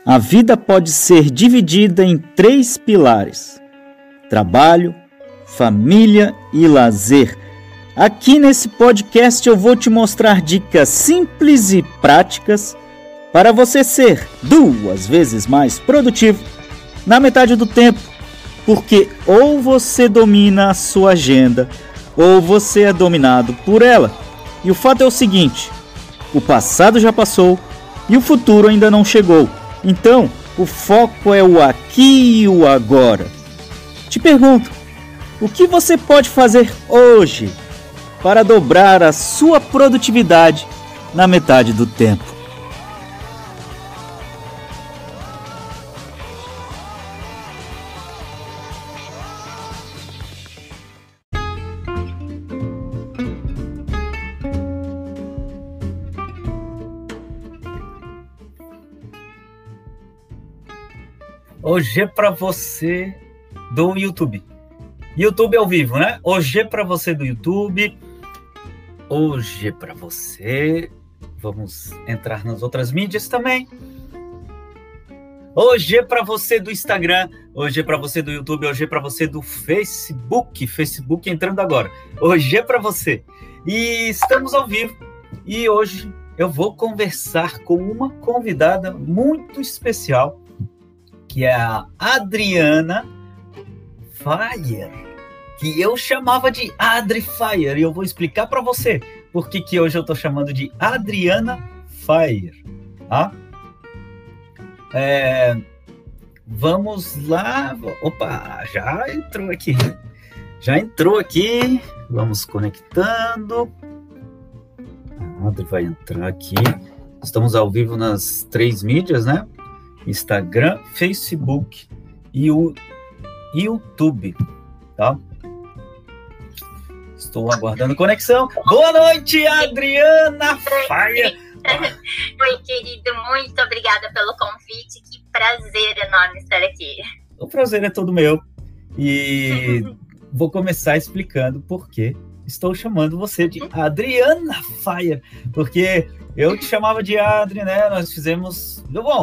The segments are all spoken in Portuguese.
A vida pode ser dividida em 3 pilares: trabalho, família e lazer. Aqui nesse podcast eu vou te mostrar dicas simples e práticas para você ser 2 vezes mais produtivo na metade do tempo, porque ou você domina a sua agenda ou você é dominado por ela. E o fato é o seguinte: o passado já passou e o futuro ainda não chegou. Então, o foco é o aqui e o agora. Te pergunto, o que você pode fazer hoje para dobrar a sua produtividade na metade do tempo? Hoje é para você do YouTube. YouTube ao vivo, né? Hoje é para você do YouTube. Hoje é para você. Vamos entrar nas outras mídias também. Hoje é para você do Instagram. Hoje é para você do YouTube. Hoje é para você do Facebook. Facebook entrando agora. Hoje é para você. E estamos ao vivo. E hoje eu vou conversar com uma convidada muito especial, que é a Adriana Fire, que eu chamava de Adri Fire, e eu vou explicar para você por que hoje eu estou chamando de Adriana Fire, tá? Vamos lá. Opa, já entrou aqui, vamos conectando. A Adri vai entrar aqui. Estamos ao vivo nas 3 mídias, né? Instagram, Facebook e o YouTube, tá? Estou aguardando conexão. Boa noite, Adriana Fire. Oi, querido, muito obrigada pelo convite. Que prazer enorme estar aqui. O prazer é todo meu. E vou começar explicando por que estou chamando você de Adriana Fire, porque eu te chamava de Adri, né? Nós fizemos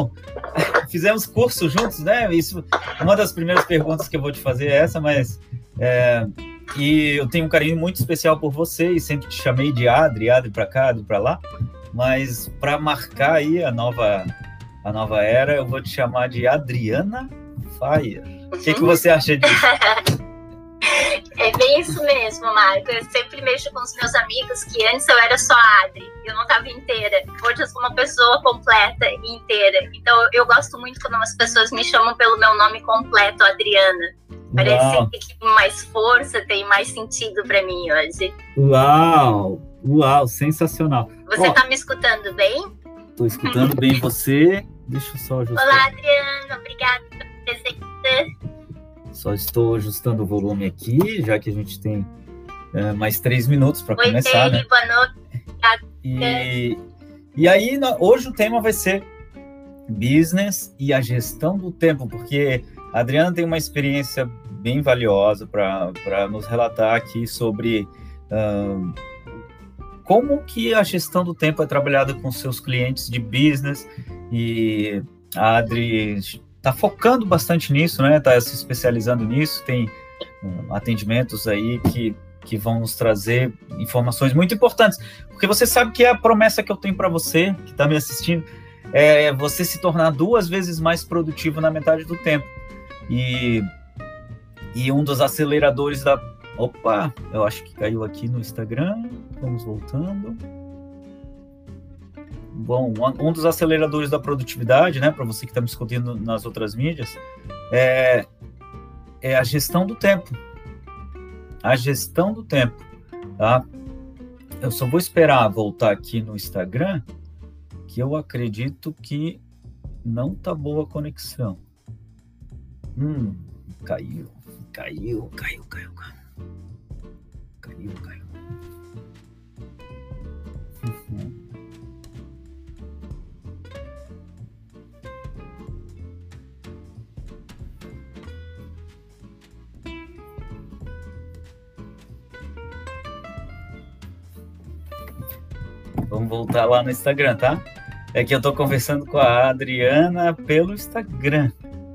curso juntos, né? Isso, uma das primeiras perguntas que eu vou te fazer é essa, mas e eu tenho um carinho muito especial por você e sempre te chamei de Adri para cá, Adri para lá, mas para marcar aí a nova era, eu vou te chamar de Adriana Fire. O que você acha disso? É bem isso mesmo, Marco. Eu sempre mexo com os meus amigos que antes eu era só Adri, eu não estava inteira. Hoje eu sou uma pessoa completa e inteira. Então eu gosto muito quando as pessoas me chamam pelo meu nome completo, Adriana. Parece que tem mais força, tem mais sentido para mim hoje. Uau, sensacional. Você tá me escutando bem? Tô escutando bem você. Deixa eu só ajustar. Olá, Adriana, obrigada pela presença. Só estou ajustando o volume aqui, já que a gente tem mais 3 minutos para começar, né? Boa noite. E aí, hoje o tema vai ser business e a gestão do tempo, porque a Adriana tem uma experiência bem valiosa para nos relatar aqui sobre como que a gestão do tempo é trabalhada com seus clientes de business, e a Adri está focando bastante nisso, né? Está se especializando nisso, tem atendimentos aí que vão nos trazer informações muito importantes, porque você sabe que a promessa que eu tenho para você, que está me assistindo, é você se tornar 2 vezes mais produtivo na metade do tempo. E um dos aceleradores da... Opa, eu acho que caiu aqui no Instagram, vamos voltando. Bom, um dos aceleradores da produtividade, né, para você que está me escutando nas outras mídias, é a gestão do tempo. A gestão do tempo, tá? Eu só vou esperar voltar aqui no Instagram, que eu acredito que não tá boa a conexão. Caiu. Vamos voltar lá no Instagram, tá? É que eu tô conversando com a Adriana pelo Instagram.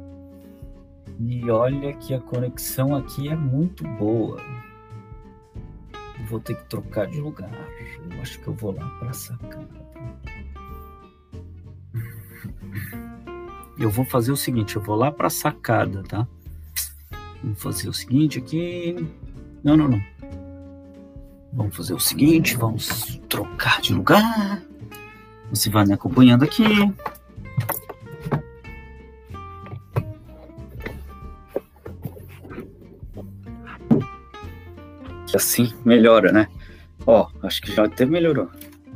E olha que a conexão aqui é muito boa. Vou ter que trocar de lugar. Eu acho que eu vou lá para a sacada. Eu vou fazer o seguinte, eu vou lá para a sacada, tá? Vamos fazer o seguinte aqui. Não. Vamos fazer o seguinte, vamos trocar de lugar. Você vai me acompanhando aqui. Assim melhora, né? Ó, acho que já até melhorou.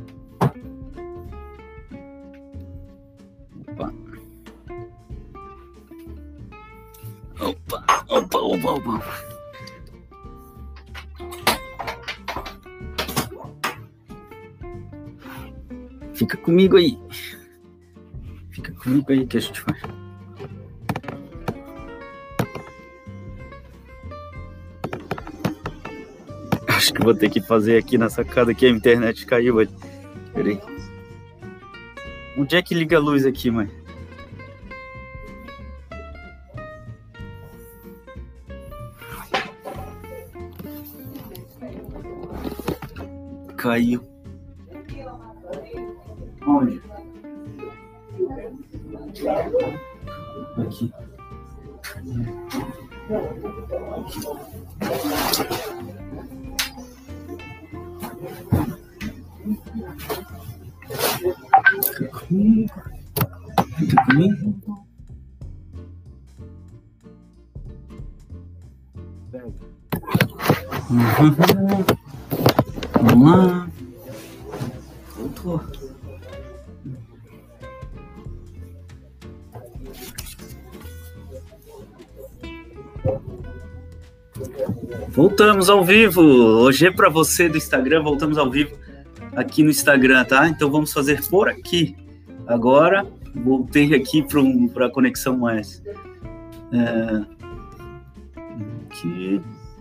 Opa. Fica comigo aí que a gente vai. Acho que vou ter que fazer aqui na sacada que a internet caiu. Peraí. Onde é que liga a luz aqui, mãe? Caiu. Onde? Aqui. Fica comigo. Vamos lá. Voltou. Voltamos ao vivo. Hoje é para você do Instagram. Voltamos ao vivo aqui no Instagram, tá? Então vamos fazer por aqui. Agora voltei aqui para a conexão mais. Aqui.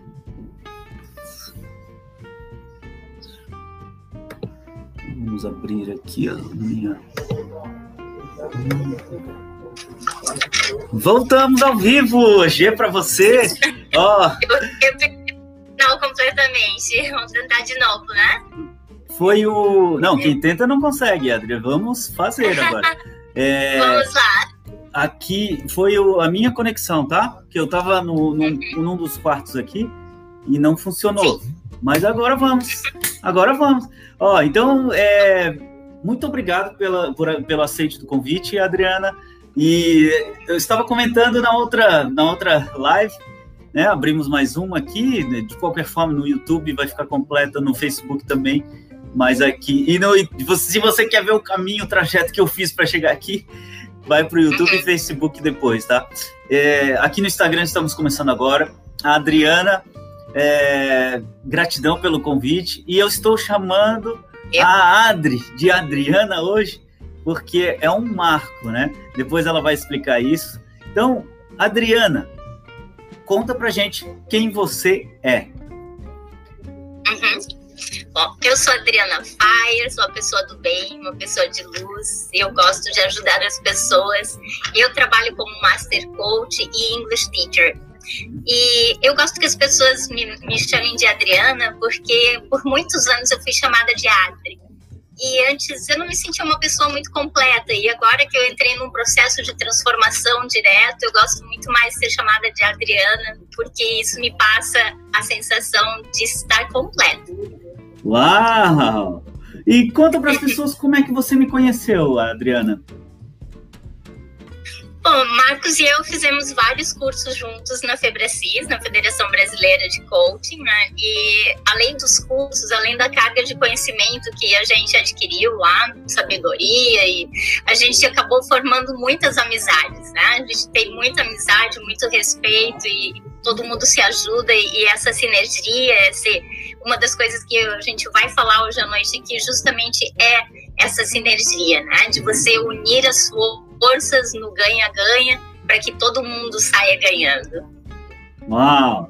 Vamos abrir aqui a minha. Voltamos ao vivo. Hoje é para você. Ó. Não, completamente. Vamos tentar de novo, né? Foi o... Não, quem tenta não consegue, Adri. Vamos fazer agora. Vamos lá. Aqui foi a minha conexão, tá? Que eu tava num dos quartos aqui e não funcionou. Sim. Mas agora vamos. Ó, então, muito obrigado pelo aceite do convite, Adriana. E eu estava comentando na outra live, né? Abrimos mais uma aqui, né? De qualquer forma no YouTube vai ficar completa, no Facebook também, mas aqui, se você quer ver o trajeto que eu fiz para chegar aqui, vai para o YouTube e Facebook depois, tá? Aqui no Instagram estamos começando agora. A Adriana, gratidão pelo convite, e eu estou chamando a Adri de Adriana hoje, porque é um marco, né? Depois ela vai explicar isso. Então, Adriana, conta pra gente quem você é. Bom, eu sou a Adriana Fire, sou uma pessoa do bem, uma pessoa de luz. Eu gosto de ajudar as pessoas. Eu trabalho como Master Coach e English Teacher. E eu gosto que as pessoas me chamem de Adriana, porque por muitos anos eu fui chamada de Adri. E antes eu não me sentia uma pessoa muito completa, e agora que eu entrei num processo de transformação direto, eu gosto muito mais de ser chamada de Adriana, porque isso me passa a sensação de estar completa. Uau! E conta para as pessoas como é que você me conheceu, Adriana. Bom, Marcos e eu fizemos vários cursos juntos na FEBRACIS, na Federação Brasileira de Coaching, né? E além dos cursos, além da carga de conhecimento que a gente adquiriu lá, sabedoria, e a gente acabou formando muitas amizades, né? A gente tem muita amizade, muito respeito, e todo mundo se ajuda, e essa sinergia, uma das coisas que a gente vai falar hoje à noite aqui justamente é essa sinergia, né? De você unir as forças no ganha-ganha para que todo mundo saia ganhando. Uau!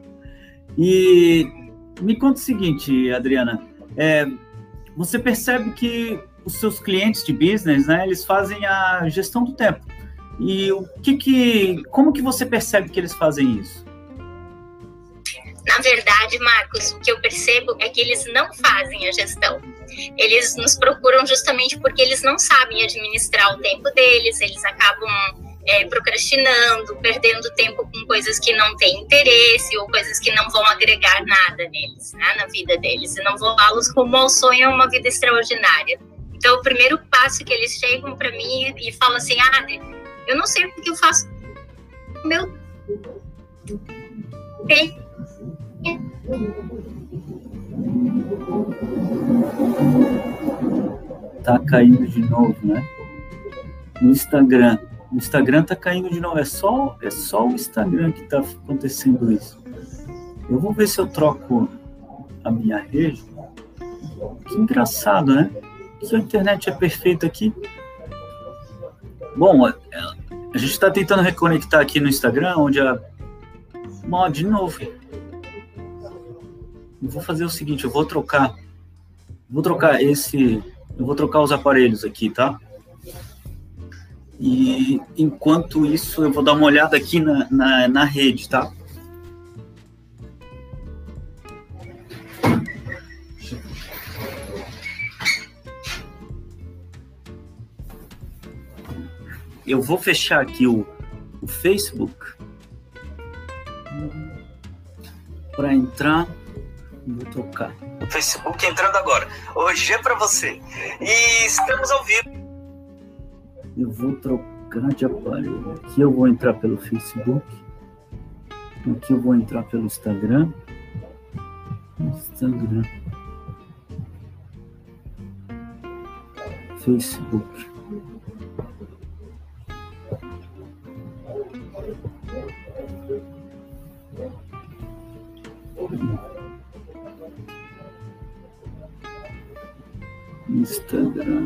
E me conta o seguinte, Adriana, você percebe que os seus clientes de business, né, eles fazem a gestão do tempo. E como que você percebe que eles fazem isso? Na verdade, Marcos, o que eu percebo é que eles não fazem a gestão. Eles nos procuram justamente porque eles não sabem administrar o tempo deles, eles acabam procrastinando, perdendo tempo com coisas que não têm interesse ou coisas que não vão agregar nada neles, né, na vida deles, e não vão levá-los como ao sonho a uma vida extraordinária. Então, o primeiro passo que eles chegam para mim e falam assim, Adri, eu não sei o que eu faço com meu tempo. Tá caindo de novo, né? No Instagram. O Instagram tá caindo de novo. É só o Instagram que tá acontecendo isso. Eu vou ver se eu troco a minha rede. Que engraçado, né? Se a internet é perfeita aqui. Bom, a gente está tentando reconectar aqui no Instagram, onde de novo. Eu vou fazer o seguinte, eu vou trocar os aparelhos aqui, tá? E enquanto isso, eu vou dar uma olhada aqui na rede, tá? Eu vou fechar aqui o Facebook para entrar. Vou trocar. O Facebook entrando agora. Hoje é para você. E estamos ao vivo. Eu vou trocar de aparelho. Aqui eu vou entrar pelo Facebook. Aqui eu vou entrar pelo Instagram. Facebook. Instagram.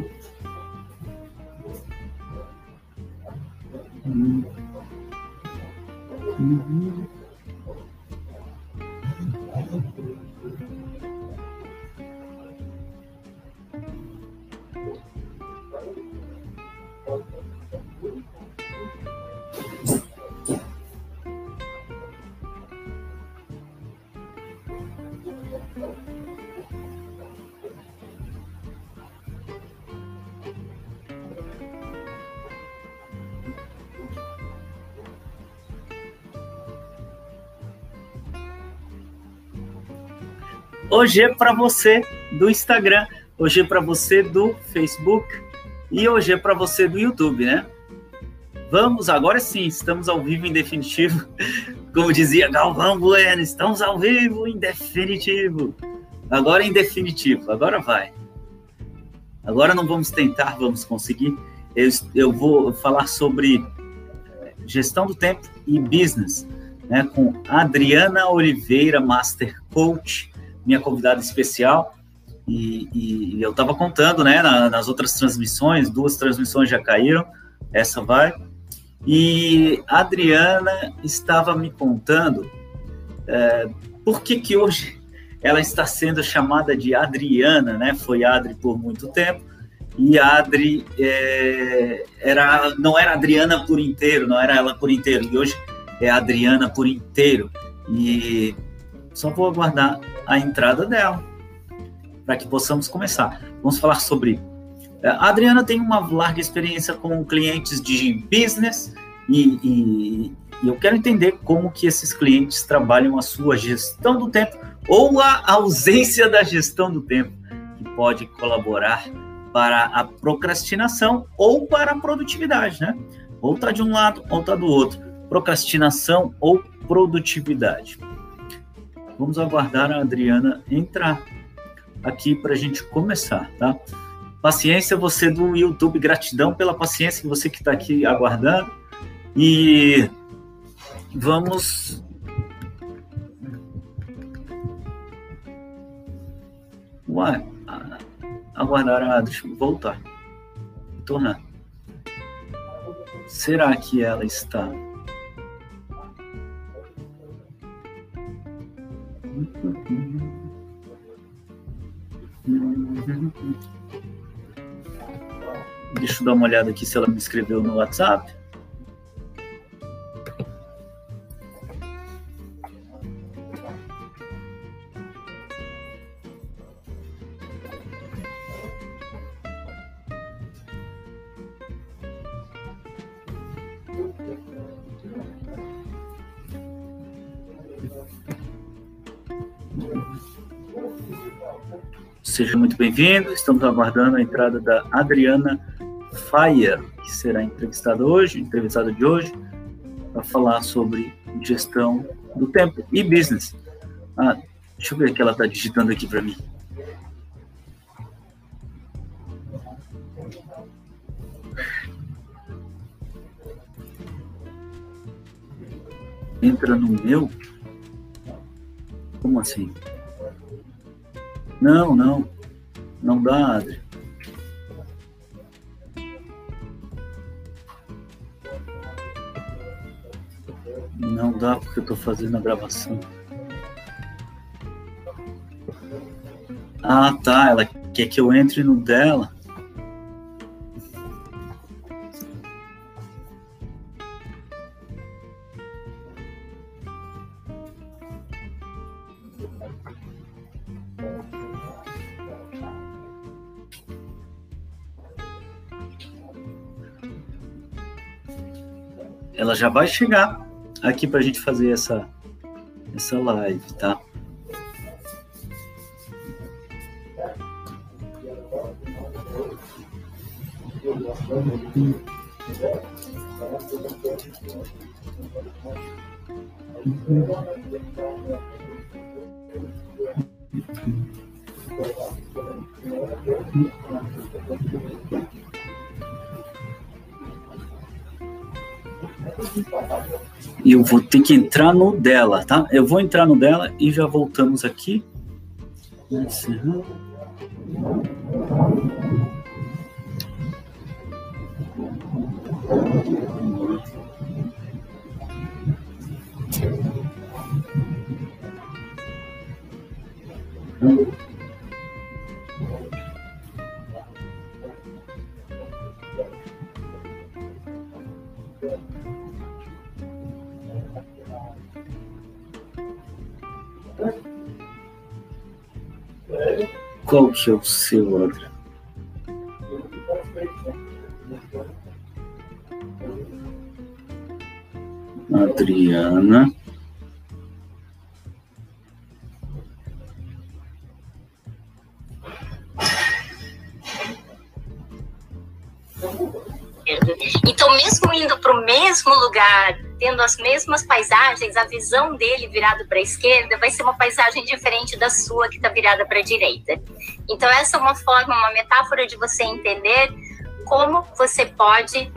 Hoje é para você do Instagram, hoje é para você do Facebook e hoje é para você do YouTube, né? Vamos, agora sim, estamos ao vivo em definitivo. Como dizia Galvão Bueno, estamos ao vivo em definitivo. Agora em definitivo, agora vai. Agora não vamos tentar, vamos conseguir. Eu vou falar sobre gestão do tempo e business, né, com Adriana Oliveira, Master Coach, minha convidada especial, e eu estava contando, né, nas outras transmissões, 2 transmissões já caíram, essa vai, e a Adriana estava me contando por que hoje ela está sendo chamada de Adriana, né, foi Adri por muito tempo, e a Adri não era Adriana por inteiro, não era ela por inteiro, e hoje é Adriana por inteiro, e só vou aguardar a entrada dela, para que possamos começar. Vamos falar sobre... A Adriana tem uma larga experiência com clientes de business e eu quero entender como que esses clientes trabalham a sua gestão do tempo ou a ausência da gestão do tempo, que pode colaborar para a procrastinação ou para a produtividade, né? Ou tá de um lado ou tá do outro. Procrastinação ou produtividade. Vamos aguardar a Adriana entrar aqui para a gente começar, tá? Paciência, você do YouTube, gratidão pela paciência, você que está aqui aguardando. E vamos... aguardar a Adri voltar. Tornar. Será que ela está... Deixa eu dar uma olhada aqui se ela me escreveu no WhatsApp. Seja muito bem-vindo. Estamos aguardando a entrada da Adriana Faia, que será entrevistada de hoje, para falar sobre gestão do tempo e business. Deixa eu ver o que ela está digitando aqui para mim. Entra no meu? Como assim? Não dá, Adri. Não dá porque eu estou fazendo a gravação. Ah, tá, ela quer que eu entre no dela. Ela já vai chegar aqui para a gente fazer essa live, tá? E eu vou ter que entrar no dela, tá? Eu vou entrar no dela e já voltamos aqui. Qual que é o seu, Adri? Adriana. Então, mesmo indo para o mesmo lugar, tendo as mesmas paisagens, a visão dele virada para a esquerda vai ser uma paisagem diferente da sua que está virada para a direita. Então, essa é uma forma, uma metáfora de você entender como você pode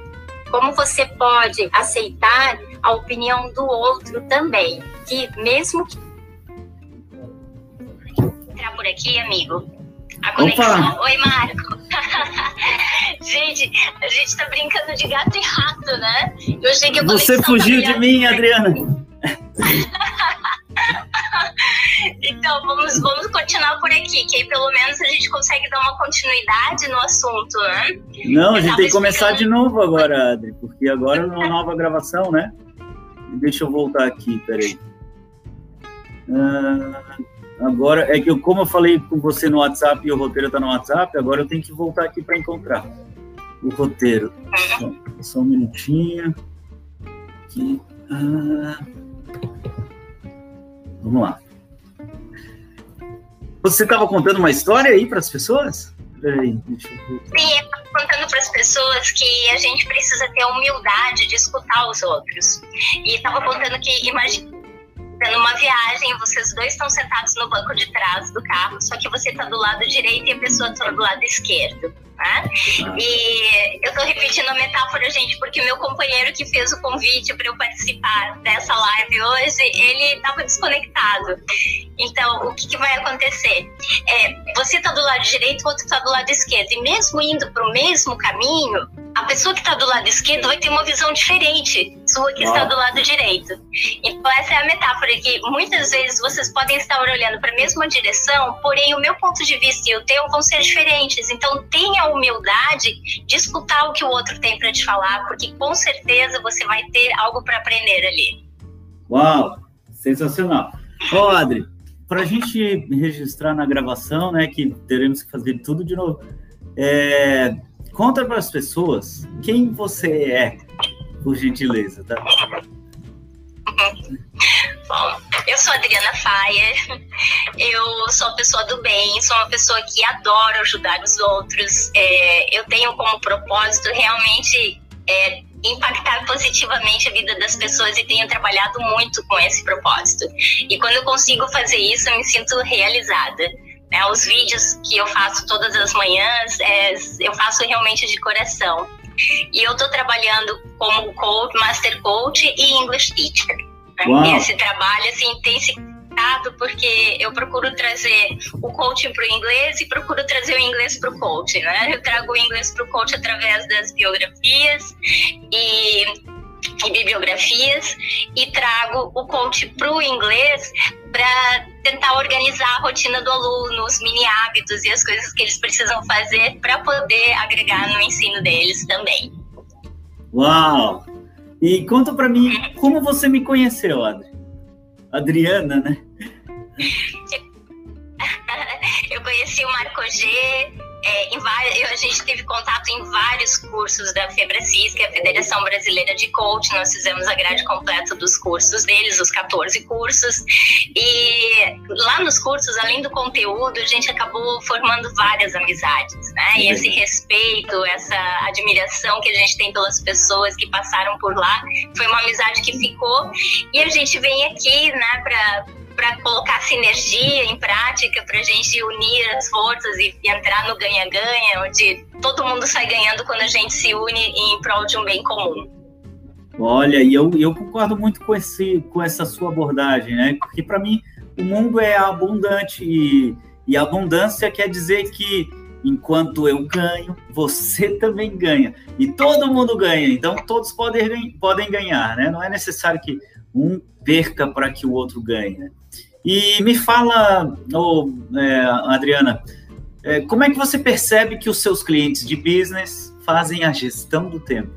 aceitar a opinião do outro também. Que mesmo que... Entrar por aqui, amigo. A conexão. Opa. Oi, Marco. Gente, a gente tá brincando de gato e rato, né? Eu achei que a Você fugiu de mim, Adriana. Então, vamos continuar por aqui, que aí pelo menos a gente consegue dar uma continuidade no assunto, né? Não, a gente tem que começar de novo agora, Adri, porque agora é uma nova gravação, né? Deixa eu voltar aqui, peraí. Agora, é que como eu falei com você no WhatsApp e o roteiro está no WhatsApp, agora eu tenho que voltar aqui para encontrar o roteiro. Só um minutinho. Aqui. Vamos lá. Você estava contando uma história aí para as pessoas? Peraí, deixa eu voltar. Sim, eu estava contando para as pessoas que a gente precisa ter a humildade de escutar os outros. E estava contando que, imagina, numa viagem, vocês dois estão sentados no banco de trás do carro, só que você está do lado direito e a pessoa está do lado esquerdo, né? E eu estou repetindo a metáfora, gente, porque meu companheiro que fez o convite para eu participar dessa live hoje, ele estava desconectado. Então, o que vai acontecer? Você está do lado direito, o outro está do lado esquerdo, e mesmo indo para o mesmo caminho, a pessoa que está do lado esquerdo vai ter uma visão diferente sua que está do lado direito. Então, essa é a metáfora, que muitas vezes vocês podem estar olhando para a mesma direção, porém o meu ponto de vista e o teu vão ser diferentes. Então, tenha a humildade de escutar escutar o que o outro tem para te falar, porque com certeza você vai ter algo para aprender ali. Uau, sensacional. Ó, Adri, para a gente registrar na gravação, né, que teremos que fazer tudo de novo, conta para as pessoas quem você é, por gentileza, tá? Bom, eu sou a Adriana Faia, eu sou uma pessoa do bem, sou uma pessoa que adora ajudar os outros, eu tenho como propósito realmente impactar positivamente a vida das pessoas e tenho trabalhado muito com esse propósito. E quando eu consigo fazer isso, eu me sinto realizada. Os vídeos que eu faço todas as manhãs, eu faço realmente de coração. E eu estou trabalhando como coach, Master Coach e English Teacher. Né? Esse trabalho assim, tem se dado porque eu procuro trazer o coaching para o inglês e procuro trazer o inglês para o coaching. Né? Eu trago o inglês para o coaching através das biografias e bibliografias e trago o coach para o inglês para tentar organizar a rotina do aluno, os mini hábitos e as coisas que eles precisam fazer para poder agregar no ensino deles também. Uau! E conta para mim, como você me conheceu, Adri? Adriana, né? Eu conheci o Marco G, a gente teve contato em vários cursos da FEBRACIS, que é a Federação Brasileira de Coach. Nós fizemos a grade completa dos cursos deles, os 14 cursos. E lá nos cursos, além do conteúdo, a gente acabou formando várias amizades, né? E esse respeito, essa admiração que a gente tem pelas pessoas que passaram por lá, foi uma amizade que ficou. E a gente vem aqui, né, para colocar sinergia em prática, para a gente unir as forças e entrar no ganha-ganha, onde todo mundo sai ganhando quando a gente se une em prol de um bem comum. Olha, e eu concordo muito com essa sua abordagem, né? Porque para mim o mundo é abundante e abundância quer dizer que enquanto eu ganho, você também ganha. E todo mundo ganha, então todos podem ganhar, né? Não é necessário que um perca para que o outro ganhe, né? E me fala, Adriana, como é que você percebe que os seus clientes de business fazem a gestão do tempo?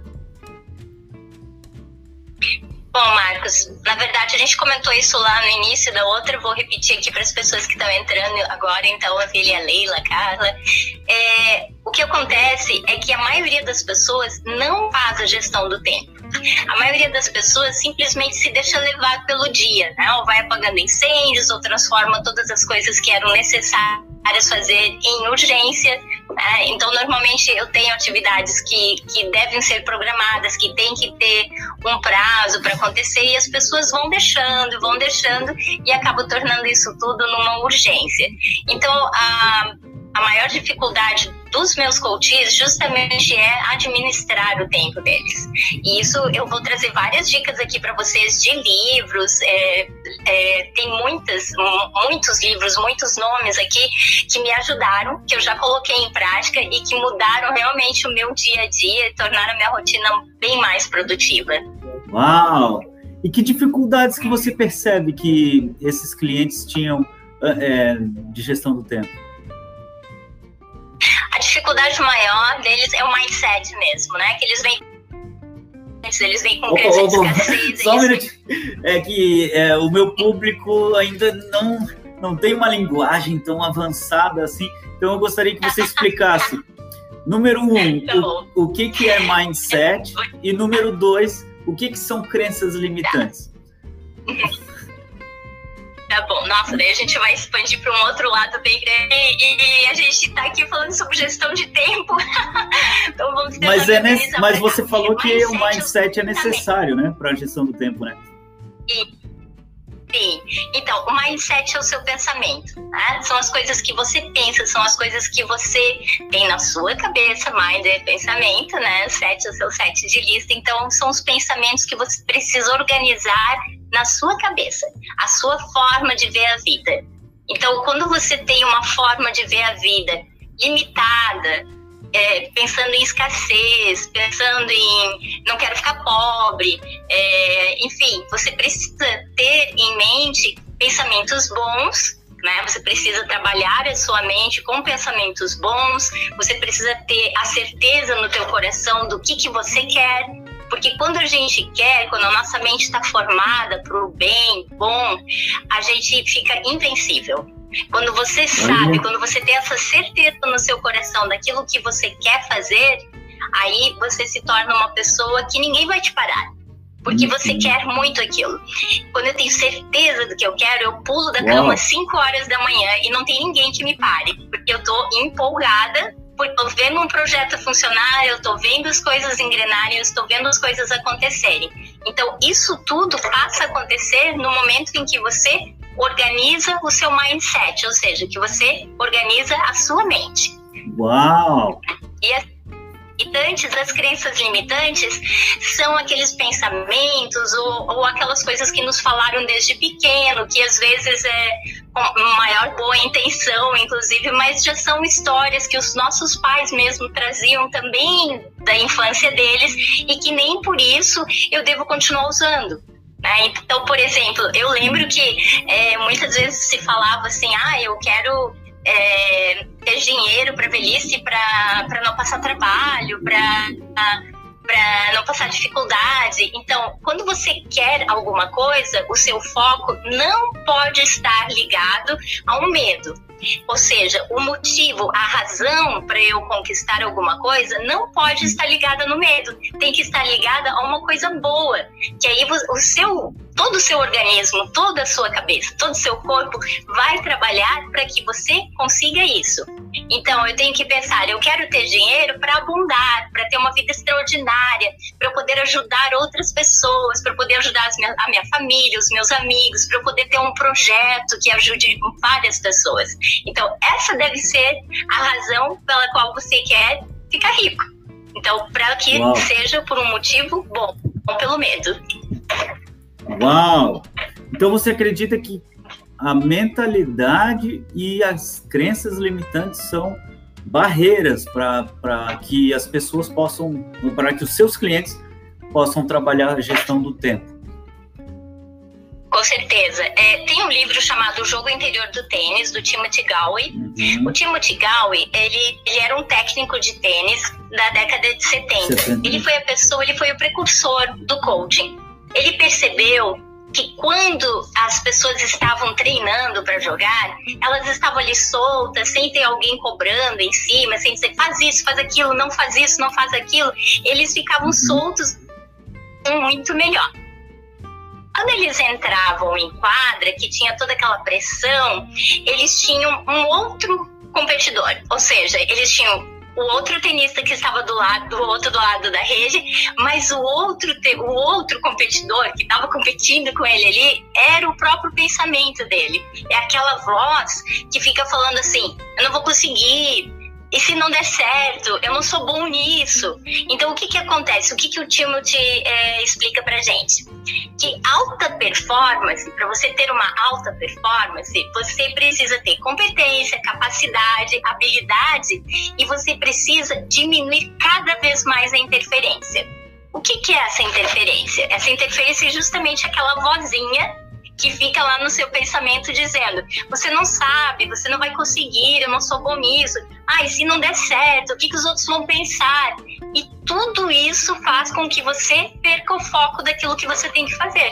Bom, Marcos, na verdade a gente comentou isso lá no início da outra, vou repetir aqui para as pessoas que estão entrando agora, então a Vili, a Leila, a Carla. O que acontece é que a maioria das pessoas não faz a gestão do tempo. A maioria das pessoas simplesmente se deixa levar pelo dia, né? Ou vai apagando incêndios, ou transforma todas as coisas que eram necessárias fazer em urgência, né? Então, normalmente eu tenho atividades que devem ser programadas, que tem que ter um prazo para acontecer, e as pessoas vão deixando e acabam tornando isso tudo numa urgência. Então, a maior dificuldade dos meus coaches justamente é administrar o tempo deles. E isso eu vou trazer várias dicas aqui para vocês de livros. Tem muitos livros, muitos nomes aqui que me ajudaram, que eu já coloquei em prática e que mudaram realmente o meu dia a dia e tornaram a minha rotina bem mais produtiva. Uau! E que dificuldades que você percebe que esses clientes tinham de gestão do tempo? A dificuldade maior deles é o mindset mesmo, né? Que eles vêm com crença de escassez. Só um minutinho. É que o meu público ainda não tem uma linguagem tão avançada assim, então eu gostaria que você explicasse. Número 1, o que é mindset, e número 2, o que são crenças limitantes. Tá bom, nossa, daí a gente vai expandir para um outro lado bem grande e a gente tá aqui falando sobre gestão de tempo. Então vamos tentar mas você falou que o mindset é necessário, né, para a gestão do tempo, né? Sim. Então, o mindset é o seu pensamento, né? São as coisas que você pensa, são as coisas que você tem na sua cabeça. Mind é pensamento, né? Set é o seu set de lista. Então, são os pensamentos que você precisa organizar na sua cabeça, a sua forma de ver a vida. Então, quando você tem uma forma de ver a vida limitada, pensando em escassez, pensando em não quero ficar pobre, enfim, você precisa ter em mente pensamentos bons, né? Você precisa trabalhar a sua mente com pensamentos bons, você precisa ter a certeza no teu coração do que você quer, porque quando a gente quer, quando a nossa mente está formada para o bem, bom, a gente fica invencível. Quando você sabe, quando você tem essa certeza no seu coração daquilo que você quer fazer, aí você se torna uma pessoa que ninguém vai te parar. Porque você quer muito aquilo. Quando eu tenho certeza do que eu quero, eu pulo da cama às 5 horas da manhã e não tem ninguém que me pare. Porque eu tô empolgada, porque eu tô vendo um projeto funcionar, eu tô vendo as coisas engrenarem, eu estou vendo as coisas acontecerem. Então, isso tudo passa a acontecer no momento em que você organiza o seu mindset, ou seja, que você organiza a sua mente. Uau! As crenças limitantes são aqueles pensamentos ou aquelas coisas que nos falaram desde pequeno, que às vezes é com maior boa intenção, inclusive, mas já são histórias que os nossos pais mesmo traziam também da infância deles e que nem por isso eu devo continuar usando. Então, por exemplo, eu lembro que muitas vezes se falava assim, eu quero ter dinheiro para velhice, para não passar trabalho, para não passar dificuldade. Então, quando você quer alguma coisa, o seu foco não pode estar ligado a um medo. Ou seja, o motivo, a razão para eu conquistar alguma coisa não pode estar ligada no medo. Tem que estar ligada a uma coisa boa. Que aí todo o seu organismo, toda a sua cabeça, todo o seu corpo vai trabalhar para que você consiga isso. Então, eu tenho que pensar, eu quero ter dinheiro para abundar, para ter uma vida extraordinária, para eu poder ajudar outras pessoas, para eu poder ajudar a minha família, os meus amigos, para eu poder ter um projeto que ajude várias pessoas. Então, essa deve ser a razão pela qual você quer ficar rico. Então, para que seja por um motivo bom, não pelo medo. Uau! Então, você acredita que a mentalidade e as crenças limitantes são barreiras para que as pessoas possam, para que os seus clientes possam trabalhar a gestão do tempo? Com certeza. Tem um livro chamado O Jogo Interior do Tênis, do Timothy Galway. O Timothy Galway, ele era um técnico de tênis da década de 70. Ele foi o precursor do coaching. Ele percebeu que quando as pessoas estavam treinando para jogar, elas estavam ali soltas, sem ter alguém cobrando em cima, sem dizer, faz isso, faz aquilo, não faz isso, não faz aquilo. Eles ficavam soltos muito melhor. Quando eles entravam em quadra, que tinha toda aquela pressão, eles tinham um outro competidor. Ou seja, eles tinham o outro tenista que estava do outro lado da rede, mas o outro competidor que estava competindo com ele ali era o próprio pensamento dele. É aquela voz que fica falando assim, eu não vou conseguir, e se não der certo, eu não sou bom nisso. Então, o que acontece? O que o Timothy explica pra gente? Que alta performance, para você ter uma alta performance, você precisa ter competência, capacidade, habilidade, e você precisa diminuir cada vez mais a interferência. O que é essa interferência? Essa interferência é justamente aquela vozinha que fica lá no seu pensamento dizendo, você não sabe, você não vai conseguir, eu não sou bom nisso, e se não der certo, o que os outros vão pensar? E tudo isso faz com que você perca o foco daquilo que você tem que fazer.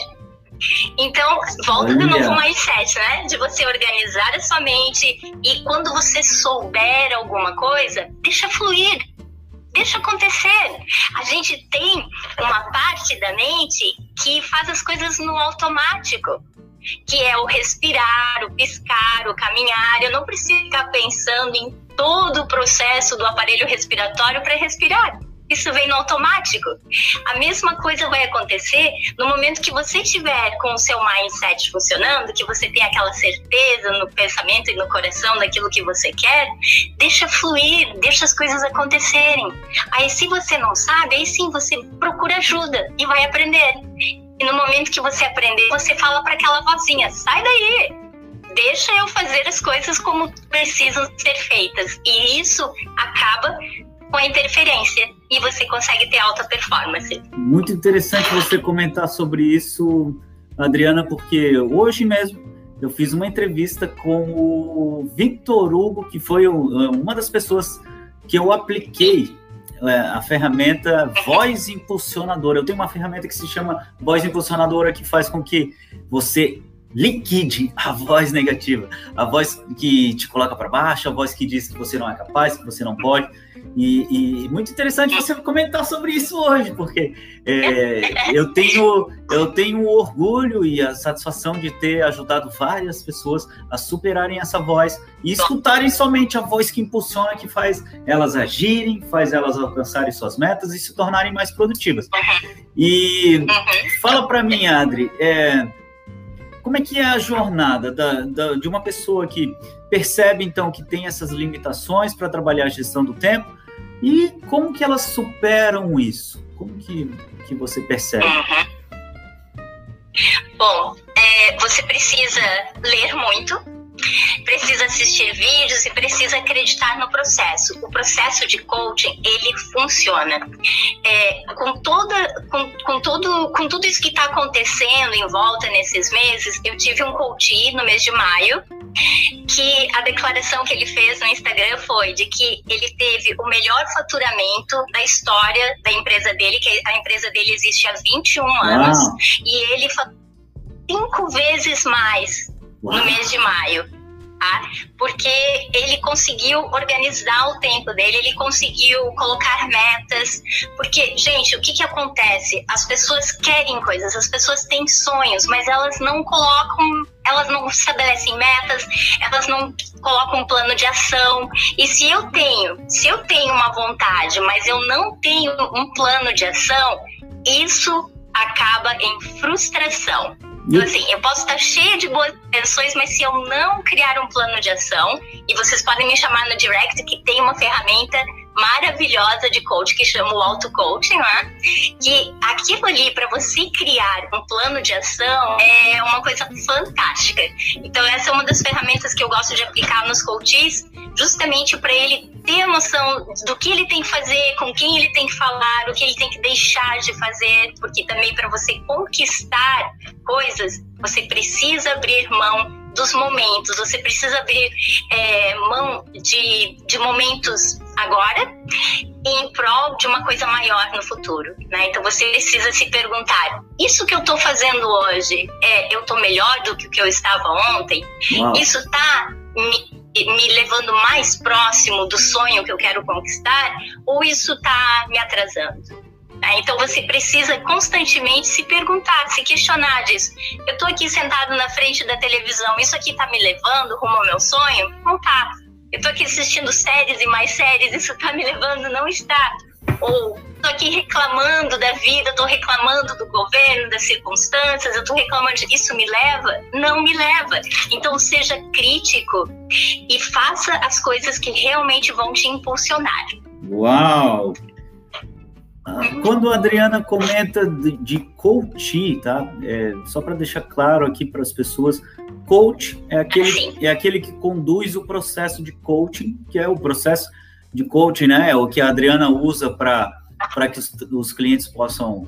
Então, volta de novo ao mindset, né? De você organizar a sua mente e quando você souber alguma coisa, deixa fluir. Deixa acontecer. A gente tem uma parte da mente que faz as coisas no automático, que é o respirar, o piscar, o caminhar. Eu não preciso ficar pensando em todo o processo do aparelho respiratório para respirar. Isso vem no automático. A mesma coisa vai acontecer no momento que você tiver com o seu mindset funcionando, que você tem aquela certeza no pensamento e no coração daquilo que você quer, deixa fluir, deixa as coisas acontecerem. Aí se você não sabe, aí sim você procura ajuda e vai aprender. E no momento que você aprender, você fala para aquela vozinha, sai daí, deixa eu fazer as coisas como precisam ser feitas. E isso acaba com a interferência e você consegue ter alta performance. Muito interessante você comentar sobre isso, Adriana, porque hoje mesmo eu fiz uma entrevista com o Victor Hugo, que foi uma das pessoas que eu apliquei a ferramenta Voz Impulsionadora. Eu tenho uma ferramenta que se chama Voz Impulsionadora, que faz com que você liquide a voz negativa, a voz que te coloca para baixo, a voz que diz que você não é capaz, que você não pode. E muito interessante você comentar sobre isso hoje, porque eu tenho o orgulho e a satisfação de ter ajudado várias pessoas a superarem essa voz e escutarem somente a voz que impulsiona, que faz elas agirem, faz elas alcançarem suas metas e se tornarem mais produtivas. E fala para mim, Adri, como é que é a jornada de uma pessoa que percebe, então, que tem essas limitações para trabalhar a gestão do tempo e como que elas superam isso? Como que você percebe? Bom, você precisa ler muito, precisa assistir vídeos e precisa acreditar no processo. O processo de coaching, ele funciona. Com tudo isso que está acontecendo em volta nesses meses, eu tive um coach no mês de maio, que a declaração que ele fez no Instagram foi de que ele teve o melhor faturamento da história da empresa dele, que a empresa dele existe há 21 anos, e ele faturou 5 vezes mais no mês de maio, tá? Porque ele conseguiu organizar o tempo dele, ele conseguiu colocar metas, porque, gente, o que acontece? As pessoas querem coisas, as pessoas têm sonhos, mas elas não estabelecem metas, elas não colocam um plano de ação. E se eu tenho uma vontade, mas eu não tenho um plano de ação, isso acaba em frustração. Então, assim, eu posso estar cheia de boas intenções, mas se eu não criar um plano de ação, e vocês podem me chamar no direct, que tem uma ferramenta maravilhosa de coach que chama o auto-coaching, né? Que aquilo ali, para você criar um plano de ação, é uma coisa fantástica. Então, essa é uma das ferramentas que eu gosto de aplicar nos coaches, justamente para ele ter a noção do que ele tem que fazer, com quem ele tem que falar, o que ele tem que deixar de fazer, porque também para você conquistar coisas, você precisa abrir mão dos momentos, você precisa abrir mão de momentos agora em prol de uma coisa maior no futuro, né? Então você precisa se perguntar, isso que eu estou fazendo hoje, eu estou melhor do que o que eu estava ontem? Uau. Isso está me levando mais próximo do sonho que eu quero conquistar, ou isso está me atrasando? Então você precisa constantemente se perguntar, se questionar disso. Eu estou aqui sentado na frente da televisão, isso aqui está me levando rumo ao meu sonho? Não está. Eu estou aqui assistindo séries e mais séries, isso está me levando? Não está. Ou estou aqui reclamando da vida, estou reclamando do governo, das circunstâncias, eu estou reclamando de isso me leva? Não me leva. Então seja crítico e faça as coisas que realmente vão te impulsionar. Uau! Quando a Adriana comenta de coach, tá? Só para deixar claro aqui para as pessoas, coach é aquele que conduz o processo de coaching, que é o processo de coaching, né? É o que a Adriana usa para que os clientes possam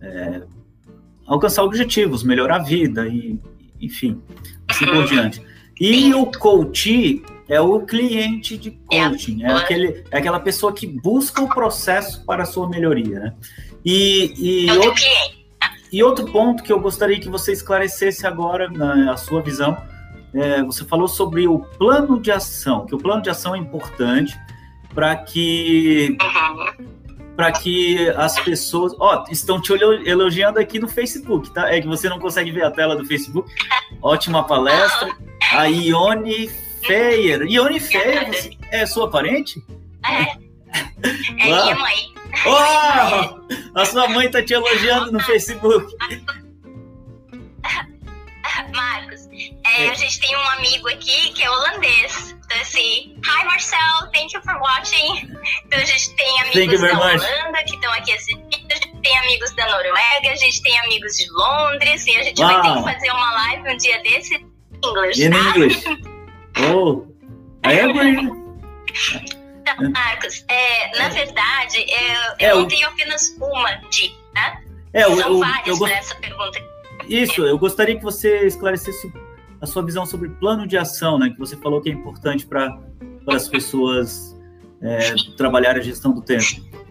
alcançar objetivos, melhorar a vida, e, enfim, assim por diante. E o coach é o cliente de coaching, é aquela pessoa que busca o processo para a sua melhoria, né? E outro ponto que eu gostaria que você esclarecesse agora, na sua visão, você falou sobre o plano de ação, que o plano de ação é importante para que as pessoas... estão te elogiando aqui no Facebook, tá? É que você não consegue ver a tela do Facebook. Ótima palestra. A Ione Feyer. Ione Feyer, é sua parente? É minha mãe. A sua mãe tá te elogiando no Facebook. Marcos, a gente tem um amigo aqui que é holandês. Então, assim, hi Marcel, thank you for watching. Então, a gente tem amigos da Holanda que estão aqui assistindo, a gente tem amigos da Noruega, a gente tem amigos de Londres, e a gente vai ter que fazer uma live um dia desse em inglês, tá? English. I agree. Então, Marcos, na verdade, eu não tenho apenas uma dica, né? São várias para essa pergunta. Isso, eu gostaria que você esclarecesse a sua visão sobre plano de ação, né, que você falou que é importante para as pessoas trabalharem a gestão do tempo.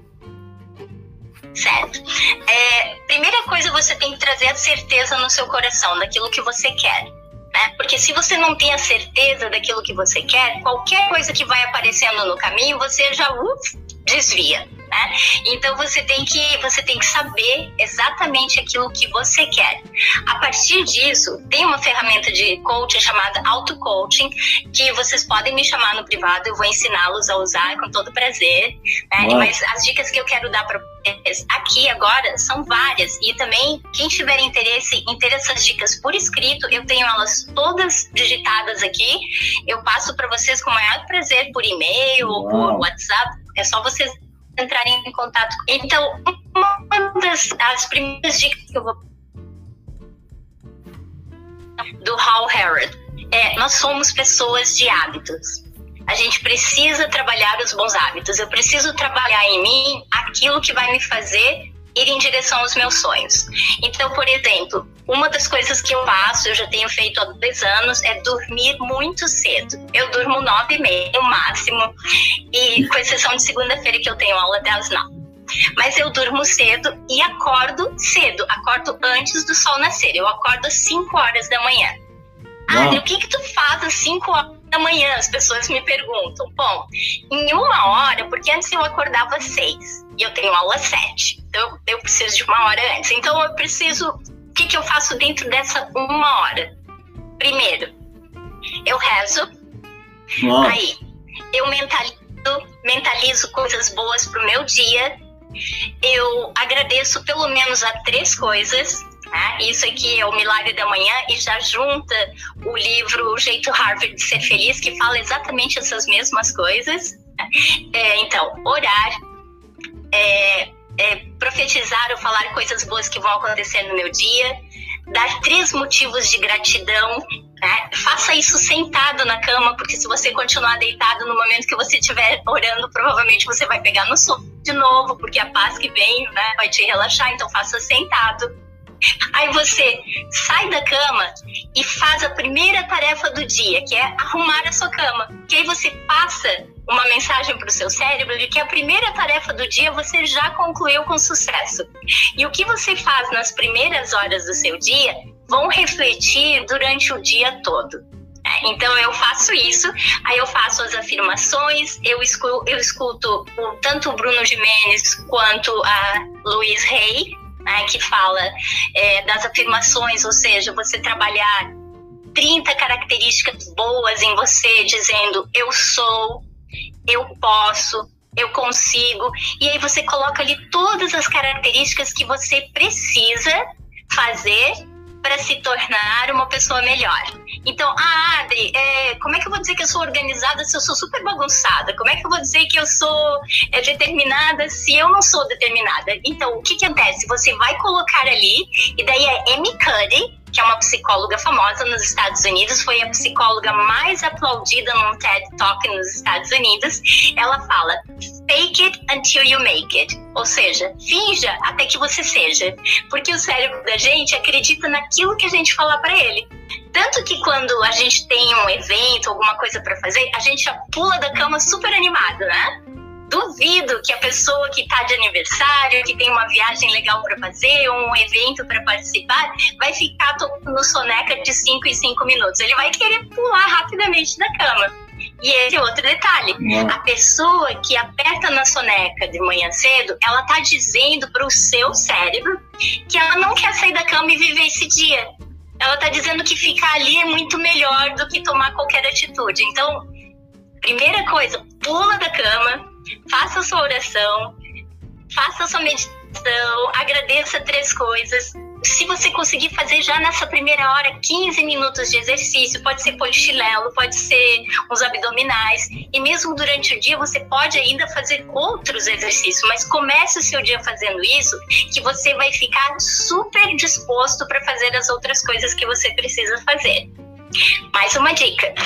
Certo. Primeira coisa, você tem que trazer a certeza no seu coração daquilo que você quer, né? Porque se você não tem a certeza daquilo que você quer, qualquer coisa que vai aparecendo no caminho, você já desvia, né? Então você tem que saber exatamente aquilo que você quer. A partir disso, tem uma ferramenta de coaching chamada auto-coaching, que vocês podem me chamar no privado, eu vou ensiná-los a usar com todo prazer, né? Mas as dicas que eu quero dar para vocês aqui agora são várias, e também quem tiver interesse em ter essas dicas por escrito, eu tenho elas todas digitadas aqui, eu passo para vocês com o maior prazer por e-mail ou por WhatsApp, é só vocês entrarem em contato. Então, uma das primeiras dicas que eu vou do Hal Herold nós somos pessoas de hábitos. A gente precisa trabalhar os bons hábitos. Eu preciso trabalhar em mim aquilo que vai me fazer ir em direção aos meus sonhos. Então, por exemplo, uma das coisas que eu faço, eu já tenho feito há 2 anos, é dormir muito cedo. Eu durmo 9h30 no máximo, e com exceção de segunda-feira que eu tenho aula até às 9. Mas eu durmo cedo e acordo cedo. Acordo antes do sol nascer. Eu acordo às 5 horas da manhã. Adri, o que tu faz às 5 horas da manhã? As pessoas me perguntam. Bom, em 1 hora, porque antes eu acordava às 6 e eu tenho aula às 7. Então eu preciso de 1 hora antes. Então eu preciso... O que eu faço dentro dessa 1 hora? Primeiro, eu rezo. Aí, eu mentalizo coisas boas pro meu dia. Eu agradeço pelo menos a 3 coisas. Né? Isso aqui é o Milagre da Manhã, e já junta o livro O Jeito Harvard de Ser Feliz, que fala exatamente essas mesmas coisas. Então, orar, profetizar ou falar coisas boas que vão acontecer no meu dia, dar 3 motivos de gratidão, né? Faça isso sentado na cama, porque se você continuar deitado no momento que você estiver orando, provavelmente você vai pegar no sono de novo, porque a paz que vem, né, vai te relaxar. Então faça sentado. Aí você sai da cama e faz a primeira tarefa do dia, que é arrumar a sua cama. Que aí você passa uma mensagem para o seu cérebro de que a primeira tarefa do dia você já concluiu com sucesso. E o que você faz nas primeiras horas do seu dia vão refletir durante o dia todo. Então eu faço isso, aí eu faço as afirmações, eu escuto tanto o Bruno Gimenez quanto a Louise Hay, que fala das afirmações, ou seja, você trabalhar 30 características boas em você, dizendo eu sou, eu posso, eu consigo, e aí você coloca ali todas as características que você precisa fazer para se tornar uma pessoa melhor. Então, Adri, como é que eu vou dizer que eu sou organizada se eu sou super bagunçada? Como é que eu vou dizer que eu sou determinada se eu não sou determinada? Então, o que acontece? Você vai colocar ali, e daí a Amy Cuddy, que é uma psicóloga famosa nos Estados Unidos, foi a psicóloga mais aplaudida num TED Talk nos Estados Unidos, ela fala, fake it until you make it. Ou seja, finja até que você seja. Porque o cérebro da gente acredita naquilo que a gente falar para ele. Tanto que quando a gente tem um evento, alguma coisa para fazer, a gente já pula da cama super animado, né? Duvido que a pessoa que está de aniversário, que tem uma viagem legal para fazer, um evento para participar, vai ficar no soneca de 5 em 5 minutos. Ele vai querer pular rapidamente da cama. E esse é outro detalhe. A pessoa que aperta na soneca de manhã cedo, ela está dizendo para o seu cérebro que ela não quer sair da cama e viver esse dia. Ela está dizendo que ficar ali é muito melhor do que tomar qualquer atitude. Então, primeira coisa, pula da cama, faça a sua oração, faça a sua meditação, agradeça 3 coisas. Se você conseguir fazer já nessa primeira hora 15 minutos de exercício, pode ser polichinelo, pode ser uns abdominais, e mesmo durante o dia você pode ainda fazer outros exercícios, mas comece o seu dia fazendo isso, que você vai ficar super disposto para fazer as outras coisas que você precisa fazer. Mais uma dica,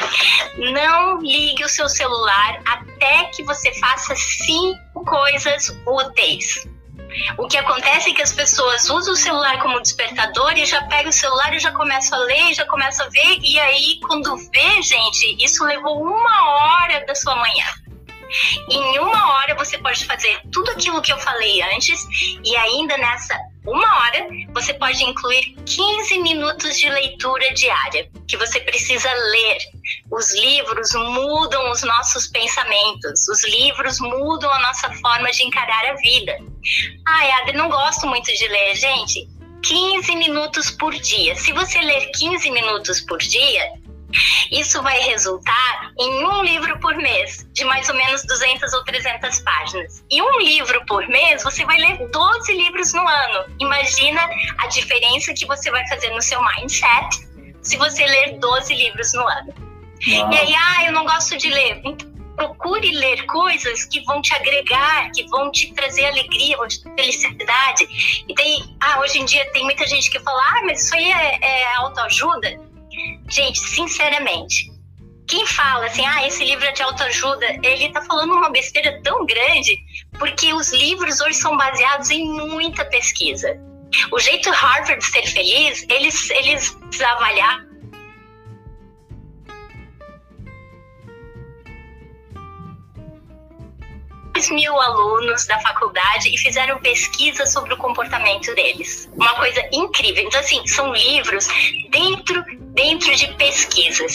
não ligue o seu celular até que você faça 5 coisas úteis. O que acontece é que as pessoas usam o celular como despertador e já pegam o celular e já começam a ler, já começam a ver, e aí quando vê, gente, isso levou 1 hora da sua manhã. Em 1 hora você pode fazer tudo aquilo que eu falei antes, e ainda nessa 1 hora você pode incluir 15 minutos de leitura diária, que você precisa ler. Os livros mudam os nossos pensamentos, os livros mudam a nossa forma de encarar a vida. Ai, Adri, não gosto muito de ler, gente. 15 minutos por dia. Se você ler 15 minutos por dia, isso vai resultar em 1 livro por mês, de mais ou menos 200 ou 300 páginas. E 1 livro por mês, você vai ler 12 livros no ano. Imagina a diferença que você vai fazer no seu mindset se você ler 12 livros no ano. Uau. E aí, eu não gosto de ler. Então, procure ler coisas que vão te agregar, que vão te trazer alegria, vão te trazer felicidade. E tem, hoje em dia tem muita gente que fala, mas isso aí é autoajuda. Gente, sinceramente, quem fala assim, esse livro é de autoajuda, ele tá falando uma besteira tão grande, porque os livros hoje são baseados em muita pesquisa. O jeito Harvard de ser feliz, eles avaliaram 2.000 alunos da faculdade e fizeram pesquisa sobre o comportamento deles. Uma coisa incrível. Então, assim, são livros dentro de pesquisas.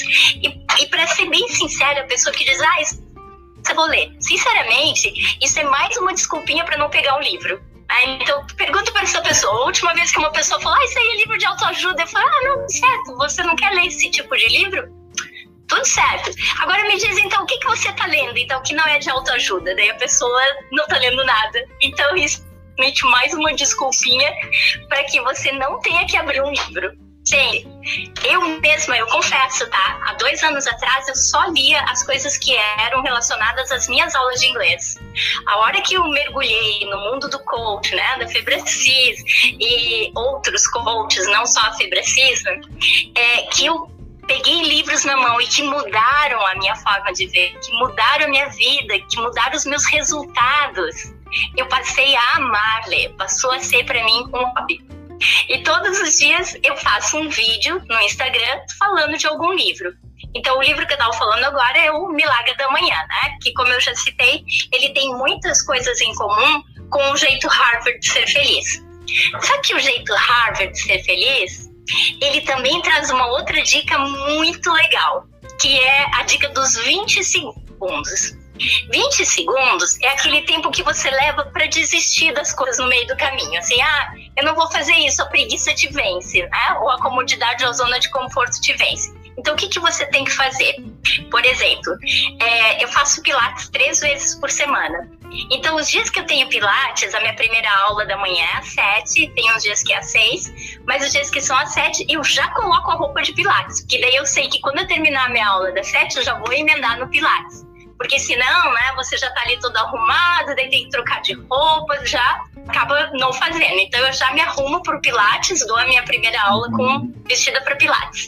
E para ser bem sincera, a pessoa que diz, isso eu vou ler. Sinceramente, isso é mais uma desculpinha para não pegar um livro. Então, pergunta para essa pessoa. A última vez que uma pessoa falou, isso aí é livro de autoajuda, eu falo, não, certo, você não quer ler esse tipo de livro? Tudo certo. Agora me diz, então, o que você está lendo, então, que não é de autoajuda? Daí a pessoa não está lendo nada. Então, isso é mais uma desculpinha para que você não tenha que abrir um livro. Gente, eu mesma, eu confesso, tá? Há 2 anos atrás, eu só lia as coisas que eram relacionadas às minhas aulas de inglês. A hora que eu mergulhei no mundo do coach, né, da Febracis e outros coaches, não só a Febracis, que eu peguei livros na mão e que mudaram a minha forma de ver, que mudaram a minha vida, que mudaram os meus resultados. Eu passei a amar ler, passou a ser para mim um hobby. E todos os dias eu faço um vídeo no Instagram falando de algum livro. Então, o livro que eu estava falando agora é o Milagre da Manhã, né? Que, como eu já citei, ele tem muitas coisas em comum com o jeito Harvard de ser feliz. Só que o jeito Harvard de ser feliz, ele também traz uma outra dica muito legal, que é a dica dos 20 segundos. 20 segundos é aquele tempo que você leva para desistir das coisas no meio do caminho. Assim, eu não vou fazer isso, a preguiça te vence, né? Ou a comodidade ou a zona de conforto te vence. Então, o que você tem que fazer? Por exemplo, eu faço pilates 3 vezes por semana. Então, os dias que eu tenho pilates, a minha primeira aula da manhã é às 7, tem uns dias que é às 6, mas os dias que são às 7, eu já coloco a roupa de pilates, porque daí eu sei que quando eu terminar a minha aula das 7, eu já vou emendar no pilates. Porque senão, né, você já tá ali todo arrumado, daí tem que trocar de roupa, já acaba não fazendo. Então, eu já me arrumo pro pilates, dou a minha primeira aula vestida para pilates.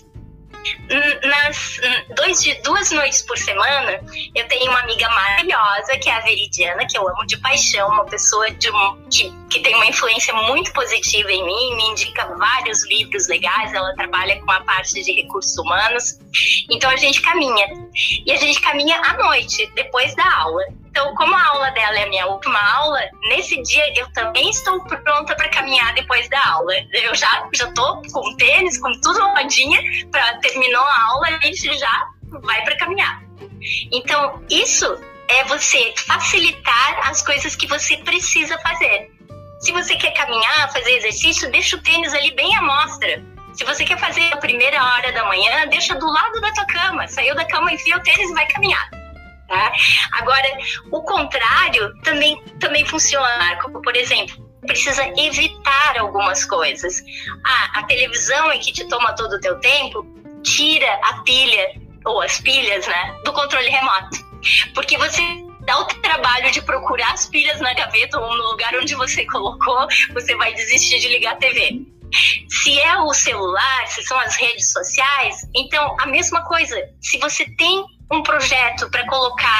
Nas 2 noites por semana, eu tenho uma amiga maravilhosa, que é a Veridiana, que eu amo de paixão, uma pessoa que tem uma influência muito positiva em mim, me indica vários livros legais, ela trabalha com a parte de recursos humanos. Então a gente caminha, e a gente caminha à noite, depois da aula. Então, como a aula dela é a minha última aula, nesse dia eu também estou pronta para caminhar depois da aula. Eu já tô com tênis, com tudo arrumadinha, para terminou a aula, a gente já vai para caminhar. Então, isso é você facilitar as coisas que você precisa fazer. Se você quer caminhar, fazer exercício, deixa o tênis ali bem à mostra. Se você quer fazer a primeira hora da manhã, deixa do lado da tua cama. Saiu da cama, enfia o tênis e vai caminhar. Tá? Agora, o contrário também funciona, como por exemplo, precisa evitar algumas coisas. A televisão é que te toma todo o teu tempo, tira a pilha, ou as pilhas, né, do controle remoto. Porque você dá o trabalho de procurar as pilhas na gaveta ou no lugar onde você colocou, você vai desistir de ligar a TV. Se é o celular, se são as redes sociais, então a mesma coisa. Se você tem um projeto para colocar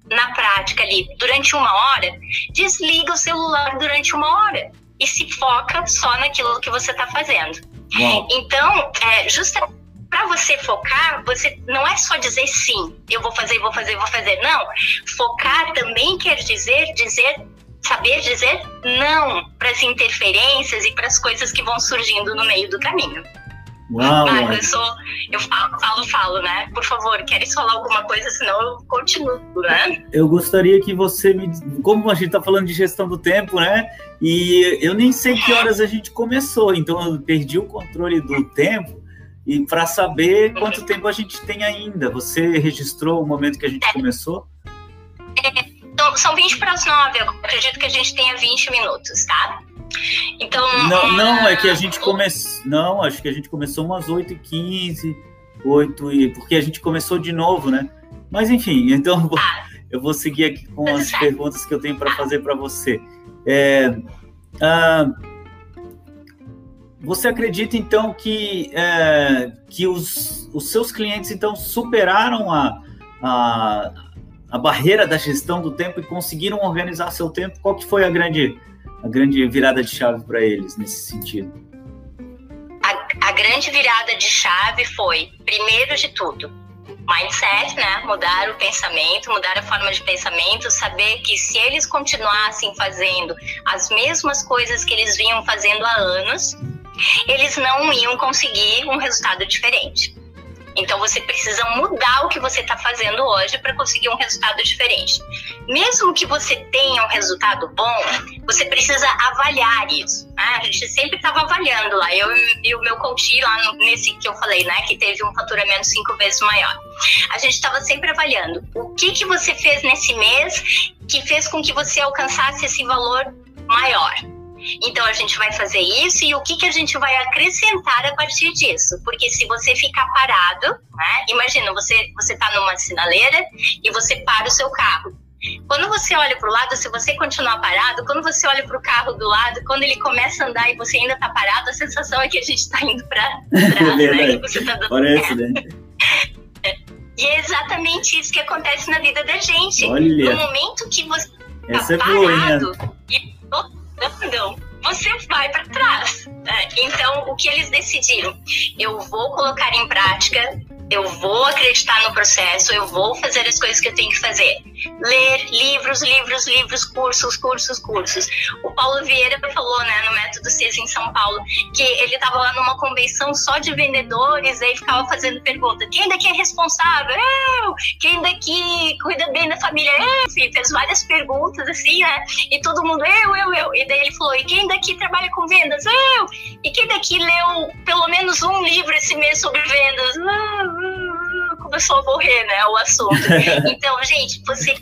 na prática ali durante 1 hora, desliga o celular durante 1 hora e se foca só naquilo que você está fazendo. Uau. Então, justamente para você focar, você não é só dizer sim, eu vou fazer. Não, focar também quer dizer saber dizer não para as interferências e para as coisas que vão surgindo no meio do caminho. Uau, Eu falo, né? Por favor, queres falar alguma coisa, senão eu continuo, né? Eu gostaria que você como a gente está falando de gestão do tempo, né? E eu nem sei que horas a gente começou, então eu perdi o controle do tempo e para saber quanto tempo a gente tem ainda. Você registrou o momento que a gente começou? Então, são 20 para as 9, eu acredito que a gente tenha 20 minutos, tá? Então, não, é que a gente começou. Não, acho que a gente começou umas 8h15, porque a gente começou de novo, né? Mas enfim, então eu vou seguir aqui com as perguntas que eu tenho para fazer para você. Você acredita então que os seus clientes então superaram a barreira da gestão do tempo e conseguiram organizar seu tempo? Qual que foi a grande virada de chave para eles nesse sentido? A grande virada de chave foi, primeiro de tudo, mindset, né? Mudar o pensamento, mudar a forma de pensamento, saber que se eles continuassem fazendo as mesmas coisas que eles vinham fazendo há anos, eles não iam conseguir um resultado diferente. Então, você precisa mudar o que você está fazendo hoje para conseguir um resultado diferente. Mesmo que você tenha um resultado bom, você precisa avaliar isso. Né? A gente sempre estava avaliando lá. Eu e o meu coach lá nesse que eu falei, né, que teve um faturamento 5 vezes maior. A gente estava sempre avaliando o que você fez nesse mês que fez com que você alcançasse esse valor maior. Então, a gente vai fazer isso e o que a gente vai acrescentar a partir disso? Porque se você ficar parado, né? Imagina, você está numa sinaleira e você para o seu carro. Quando você olha para o lado, se você continuar parado, quando você olha para o carro do lado, quando ele começa a andar e você ainda está parado, a sensação é que a gente está indo para trás, né? E você tá dando Parece, né? E é exatamente isso que acontece na vida da gente. Olha. No momento que você Essa está é boa, parado né? e não, você vai para trás. Né? Então, o que eles decidiram? Eu vou colocar em prática, eu vou acreditar no processo, eu vou fazer as coisas que eu tenho que fazer. Ler livros, cursos. O Paulo Vieira falou, né, no Método CES em São Paulo, que ele estava lá numa convenção só de vendedores, aí ficava fazendo pergunta: quem daqui é responsável? Eu! Quem daqui cuida bem da família? Eu! Enfim, fez várias perguntas assim, né? E todo mundo, eu. E daí ele falou: e quem daqui trabalha com vendas? Eu! E quem daqui leu pelo menos um livro esse mês sobre vendas? Começou a morrer, né, o assunto. Então, gente, você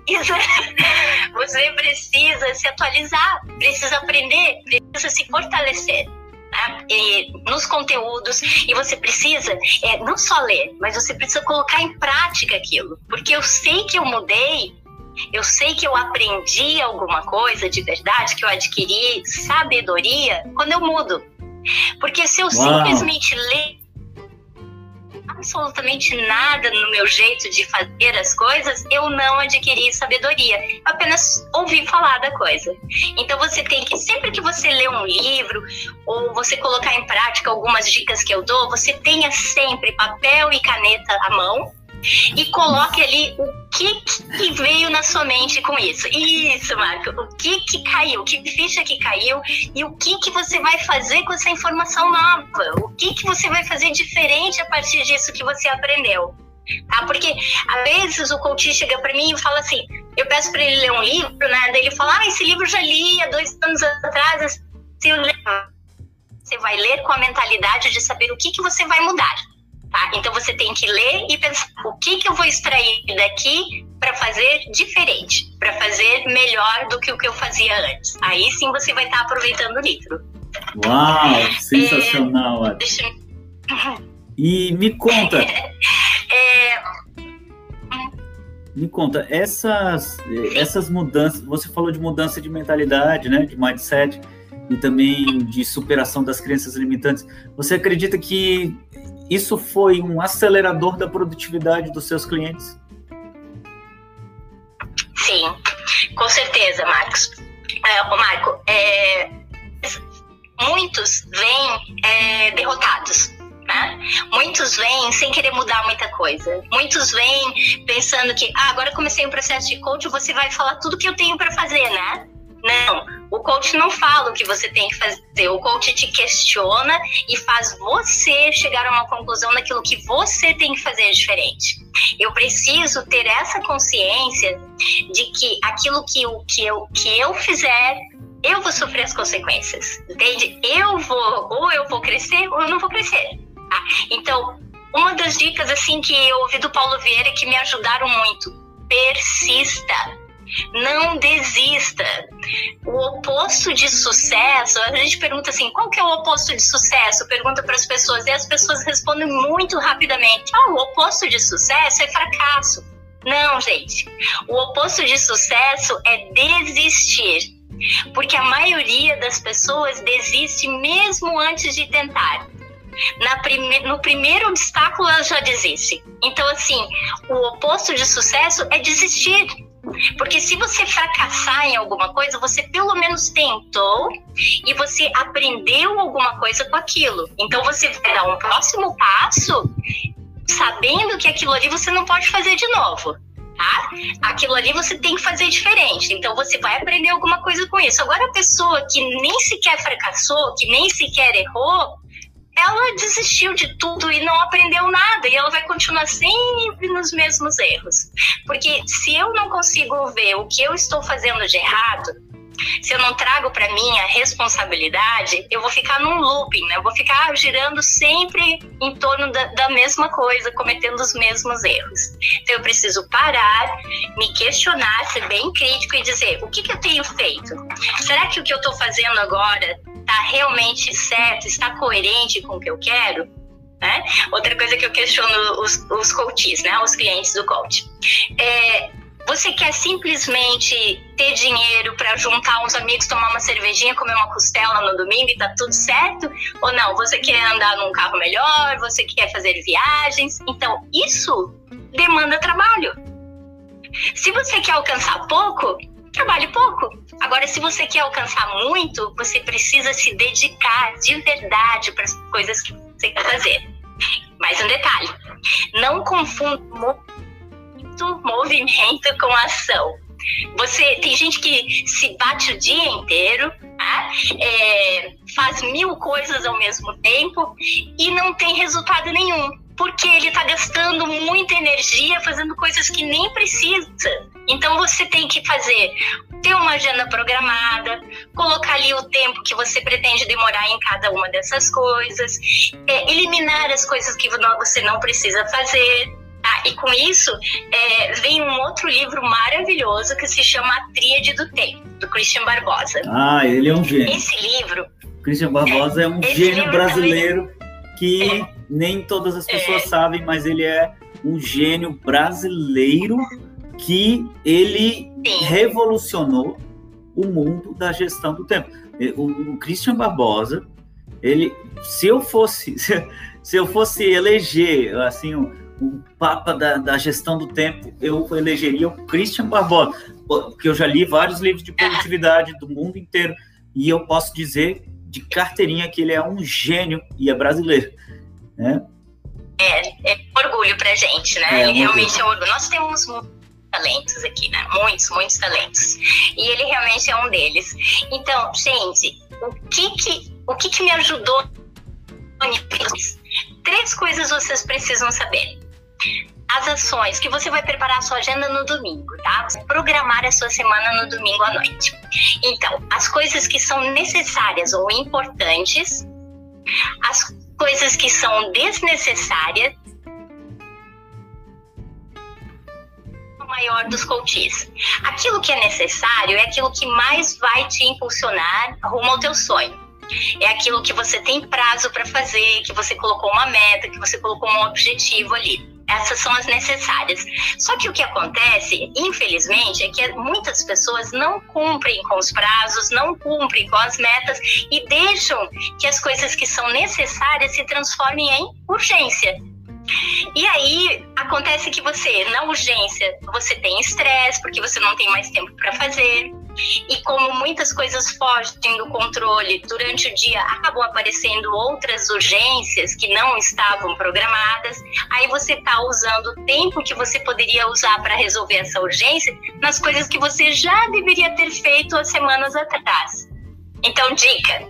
precisa se atualizar, precisa aprender, precisa se fortalecer, né, nos conteúdos, e você precisa não só ler, mas você precisa colocar em prática aquilo, porque eu sei que eu mudei, eu sei que eu aprendi alguma coisa de verdade, que eu adquiri sabedoria quando eu mudo. Porque se eu simplesmente ler absolutamente nada no meu jeito de fazer as coisas, eu não adquiri sabedoria, eu apenas ouvi falar da coisa. Então você tem que, sempre que você lê um livro ou você colocar em prática algumas dicas que eu dou, você tenha sempre papel e caneta à mão e coloque ali o que veio na sua mente com isso. Isso, Marco, o que caiu, que ficha que caiu e o que você vai fazer com essa informação nova, o que você vai fazer diferente a partir disso que você aprendeu. Tá? Porque às vezes o coach chega para mim e fala assim, eu peço para ele ler um livro, né? Daí ele fala, esse livro eu já li há 2 anos atrás. Você vai ler com a mentalidade de saber o que você vai mudar. Tá? Então você tem que ler e pensar o que eu vou extrair daqui para fazer diferente, para fazer melhor do que o que eu fazia antes. Aí sim você vai estar aproveitando o livro. Uau, sensacional. E me conta, essas mudanças, você falou de mudança de mentalidade, né, de mindset e também de superação das crenças limitantes. Você acredita que isso foi um acelerador da produtividade dos seus clientes? Sim, com certeza, Marcos. Marco, muitos vêm derrotados, né? Muitos vêm sem querer mudar muita coisa. Muitos vêm pensando que agora comecei um processo de coach, você vai falar tudo que eu tenho para fazer, né? Não, o coach não fala o que você tem que fazer. O coach te questiona e faz você chegar a uma conclusão daquilo que você tem que fazer diferente. Eu preciso ter essa consciência de que aquilo que eu fizer, eu vou sofrer as consequências, entende? Eu vou crescer ou eu não vou crescer. Tá? Então, uma das dicas assim que eu ouvi do Paulo Vieira que me ajudaram muito: persista. Não desista. O oposto de sucesso, a gente pergunta assim, qual que é o oposto de sucesso? Pergunta para as pessoas e as pessoas respondem muito rapidamente. O oposto de sucesso é fracasso. Não, gente. O oposto de sucesso é desistir. Porque a maioria das pessoas desiste mesmo antes de tentar. No primeiro obstáculo ela já desiste. Então, assim, o oposto de sucesso é desistir. Porque se você fracassar em alguma coisa, você pelo menos tentou e você aprendeu alguma coisa com aquilo. Então você vai dar um próximo passo sabendo que aquilo ali você não pode fazer de novo, tá? Aquilo ali você tem que fazer diferente. Então você vai aprender alguma coisa com isso. Agora a pessoa que nem sequer fracassou, que nem sequer errou, ela desistiu de tudo e não aprendeu nada, e ela vai continuar sempre nos mesmos erros. Porque se eu não consigo ver o que eu estou fazendo de errado, se eu não trago para mim a responsabilidade, eu vou ficar num looping, né? Eu vou ficar girando sempre em torno da mesma coisa, cometendo os mesmos erros. Então eu preciso parar, me questionar, ser bem crítico e dizer, o que eu tenho feito? Será que o que eu estou fazendo agora está realmente certo, está coerente com o que eu quero? Né? Outra coisa que eu questiono os coaches, né? Os clientes do coach. Você quer simplesmente ter dinheiro para juntar uns amigos, tomar uma cervejinha, comer uma costela no domingo e tá tudo certo? Ou não? Você quer andar num carro melhor? Você quer fazer viagens? Então, isso demanda trabalho. Se você quer alcançar pouco, trabalhe pouco. Agora, se você quer alcançar muito, você precisa se dedicar de verdade para as coisas que você quer fazer. Mais um detalhe: não confunda movimento com ação. Tem gente que se bate o dia inteiro, tá? Faz 1000 coisas ao mesmo tempo e não tem resultado nenhum, porque ele está gastando muita energia fazendo coisas que nem precisa. Então você tem que ter uma agenda programada, colocar ali o tempo que você pretende demorar em cada uma dessas coisas, eliminar as coisas que você não precisa fazer. E com isso, vem um outro livro maravilhoso que se chama A Tríade do Tempo, do Christian Barbosa. Ele é um gênio. Esse livro... Christian Barbosa é um gênio brasileiro que nem todas as pessoas sabem, mas ele é um gênio brasileiro que ele revolucionou o mundo da gestão do tempo. O Christian Barbosa, se eu fosse eleger assim, o papa da gestão do tempo, eu elegeria o Christian Barbosa, porque eu já li vários livros de produtividade do mundo inteiro e eu posso dizer de carteirinha que ele é um gênio e é brasileiro, né? É orgulho pra gente, né? Ele realmente é um orgulho. Nós temos muitos talentos aqui, né? Muitos talentos. E ele realmente é um deles. Então, gente, o que me ajudou? 3 coisas vocês precisam saber. As ações, que você vai preparar a sua agenda no domingo, tá? Você vai programar a sua semana no domingo à noite. Então, as coisas que são necessárias ou importantes, as coisas que são desnecessárias, o maior dos coaches. Aquilo que é necessário é aquilo que mais vai te impulsionar rumo ao teu sonho. É aquilo que você tem prazo para fazer, que você colocou uma meta, que você colocou um objetivo ali. Essas são as necessárias. Só que o que acontece, infelizmente, é que muitas pessoas não cumprem com os prazos, não cumprem com as metas e deixam que as coisas que são necessárias se transformem em urgência. E aí, acontece que você, na urgência, você tem estresse, porque você não tem mais tempo para fazer. E como muitas coisas fogem do controle, durante o dia acabam aparecendo outras urgências que não estavam programadas, aí você está usando o tempo que você poderia usar para resolver essa urgência nas coisas que você já deveria ter feito há semanas atrás. Então, dica: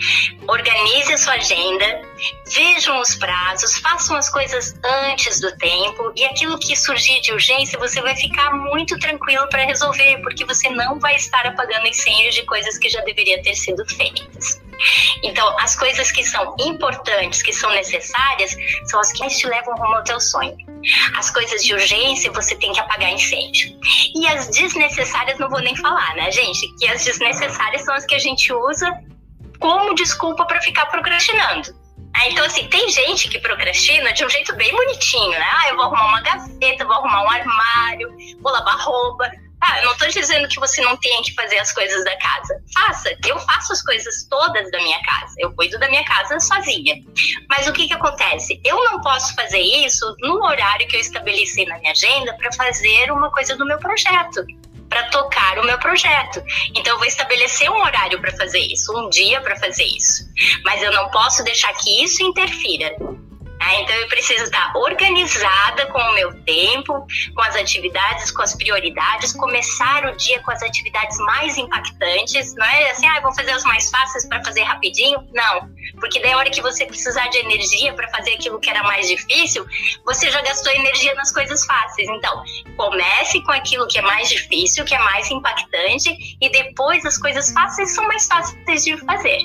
organize a sua agenda, vejam os prazos, façam as coisas antes do tempo, e aquilo que surgir de urgência você vai ficar muito tranquilo para resolver, porque você não vai estar apagando incêndios de coisas que já deveriam ter sido feitas. Então, as coisas que são importantes, que são necessárias, são as que mais te levam rumo ao teu sonho. As coisas de urgência você tem que apagar incêndio. E as desnecessárias não vou nem falar, né, gente? Que as desnecessárias são as que a gente usa como desculpa para ficar procrastinando. Então, assim, tem gente que procrastina de um jeito bem bonitinho, né? Eu vou arrumar uma gaveta, vou arrumar um armário, vou lavar roupa. Eu não tô dizendo que você não tenha que fazer as coisas da casa. Faça. Eu faço as coisas todas da minha casa. Eu cuido da minha casa sozinha. Mas o que acontece? Eu não posso fazer isso no horário que eu estabeleci na minha agenda para fazer uma coisa do meu projeto, para tocar o meu projeto. Então eu vou estabelecer um horário para fazer isso, um dia para fazer isso. Mas eu não posso deixar que isso interfira. Então eu preciso estar organizada com o meu tempo, com as atividades, com as prioridades, começar o dia com as atividades mais impactantes. Não é assim, vou fazer as mais fáceis para fazer rapidinho. Não, porque daí a hora que você precisar de energia para fazer aquilo que era mais difícil, você já gastou energia nas coisas fáceis. Então, comece com aquilo que é mais difícil, que é mais impactante, e depois as coisas fáceis são mais fáceis de fazer.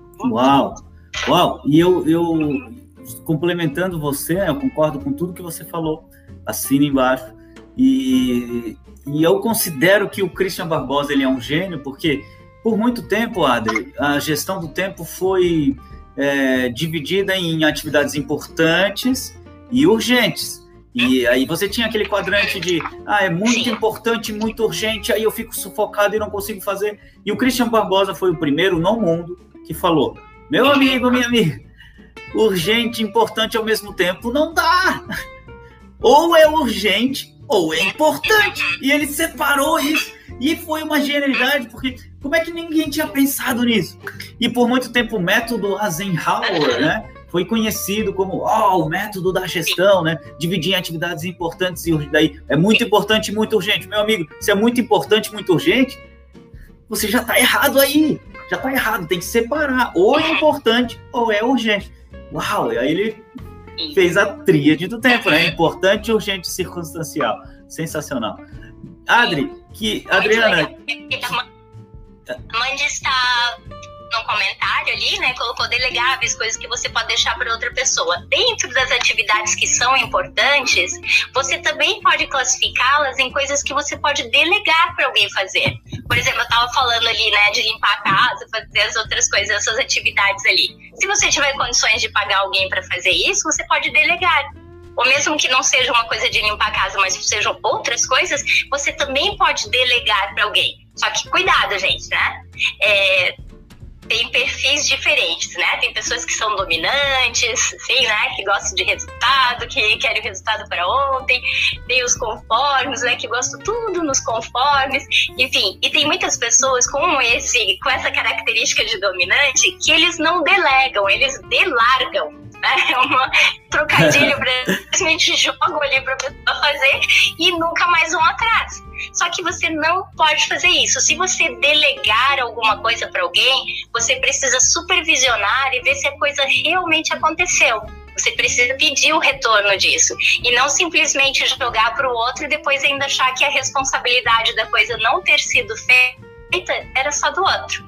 Uau! E eu complementando você, eu concordo com tudo que você falou, assino embaixo, e eu considero que o Christian Barbosa ele é um gênio, porque por muito tempo, Adri, a gestão do tempo foi dividida em atividades importantes e urgentes, e aí você tinha aquele quadrante de é muito importante, muito urgente, aí eu fico sufocado e não consigo fazer, e o Christian Barbosa foi o primeiro no mundo que falou: meu amigo, minha amiga, urgente e importante ao mesmo tempo não dá. Ou é urgente ou é importante. E ele separou isso. E foi uma genialidade, porque como é que ninguém tinha pensado nisso? E por muito tempo o método Eisenhower, né, foi conhecido como o método da gestão, né? Dividir em atividades importantes e daí é muito importante e muito urgente. Meu amigo, se é muito importante e muito urgente, você já está errado aí. Já está errado, tem que separar. Ou é importante ou é urgente. Uau, e aí ele fez a tríade do tempo, né? Importante, urgente e circunstancial. Sensacional. Adriana... A Mandy está no comentário ali, né? Colocou delegáveis, coisas que você pode deixar para outra pessoa. Dentro das atividades que são importantes, você também pode classificá-las em coisas que você pode delegar para alguém fazer. Por exemplo, eu estava falando ali, né, de limpar a casa, fazer as outras coisas, essas atividades ali. Se você tiver condições de pagar alguém para fazer isso, você pode delegar. Ou mesmo que não seja uma coisa de limpar a casa, mas sejam outras coisas, você também pode delegar para alguém. Só que cuidado, gente, né? Tem perfis diferentes, né? Tem pessoas que são dominantes, assim, né? Que gostam de resultado, que querem o resultado para ontem. Tem os conformes, né? Que gostam tudo nos conformes. Enfim, e tem muitas pessoas com essa característica de dominante que eles não delegam, eles delargam. É uma trocadilho, simplesmente jogam ali para a pessoa fazer e nunca mais vão atrás. Só que você não pode fazer isso. Se você delegar alguma coisa para alguém, você precisa supervisionar e ver se a coisa realmente aconteceu. Você precisa pedir o retorno disso e não simplesmente jogar para o outro e depois ainda achar que a responsabilidade da coisa não ter sido feita era só do outro.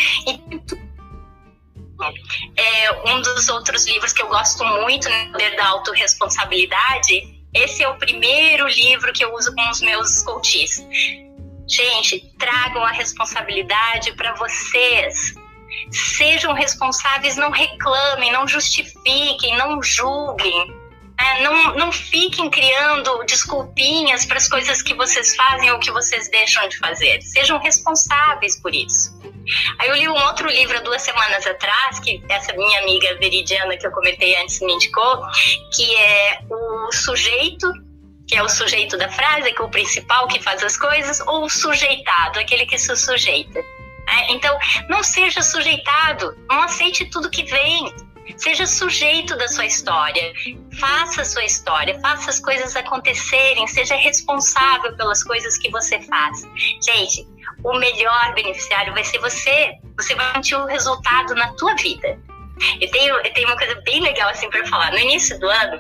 Um dos outros livros que eu gosto muito, O Poder da Autorresponsabilidade, esse é o primeiro livro que eu uso com os meus coaches. Gente, tragam a responsabilidade para vocês. Sejam responsáveis, não reclamem, não justifiquem, não julguem. Não fiquem criando desculpinhas para as coisas que vocês fazem ou que vocês deixam de fazer. Sejam responsáveis por isso. Aí eu li um outro livro há 2 semanas atrás, que essa minha amiga Veridiana, que eu comentei antes, me indicou, que é o sujeito, que é o sujeito da frase, que é o principal que faz as coisas, ou o sujeitado, aquele que se sujeita. Então, não seja sujeitado, não aceite tudo que vem. Seja sujeito da sua história, faça a sua história, faça as coisas acontecerem, seja responsável pelas coisas que você faz. Gente, o melhor beneficiário vai ser você. Você vai sentir o resultado na tua vida. Eu tenho uma coisa bem legal assim para falar. No início do ano,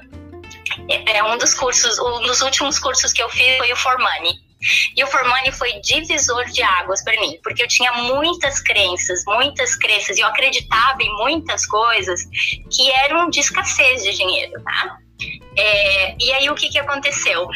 um dos últimos cursos que eu fiz foi o For Money. E o For Money foi divisor de águas para mim, porque eu tinha muitas crenças, e eu acreditava em muitas coisas que eram de escassez de dinheiro, tá? E aí o que aconteceu?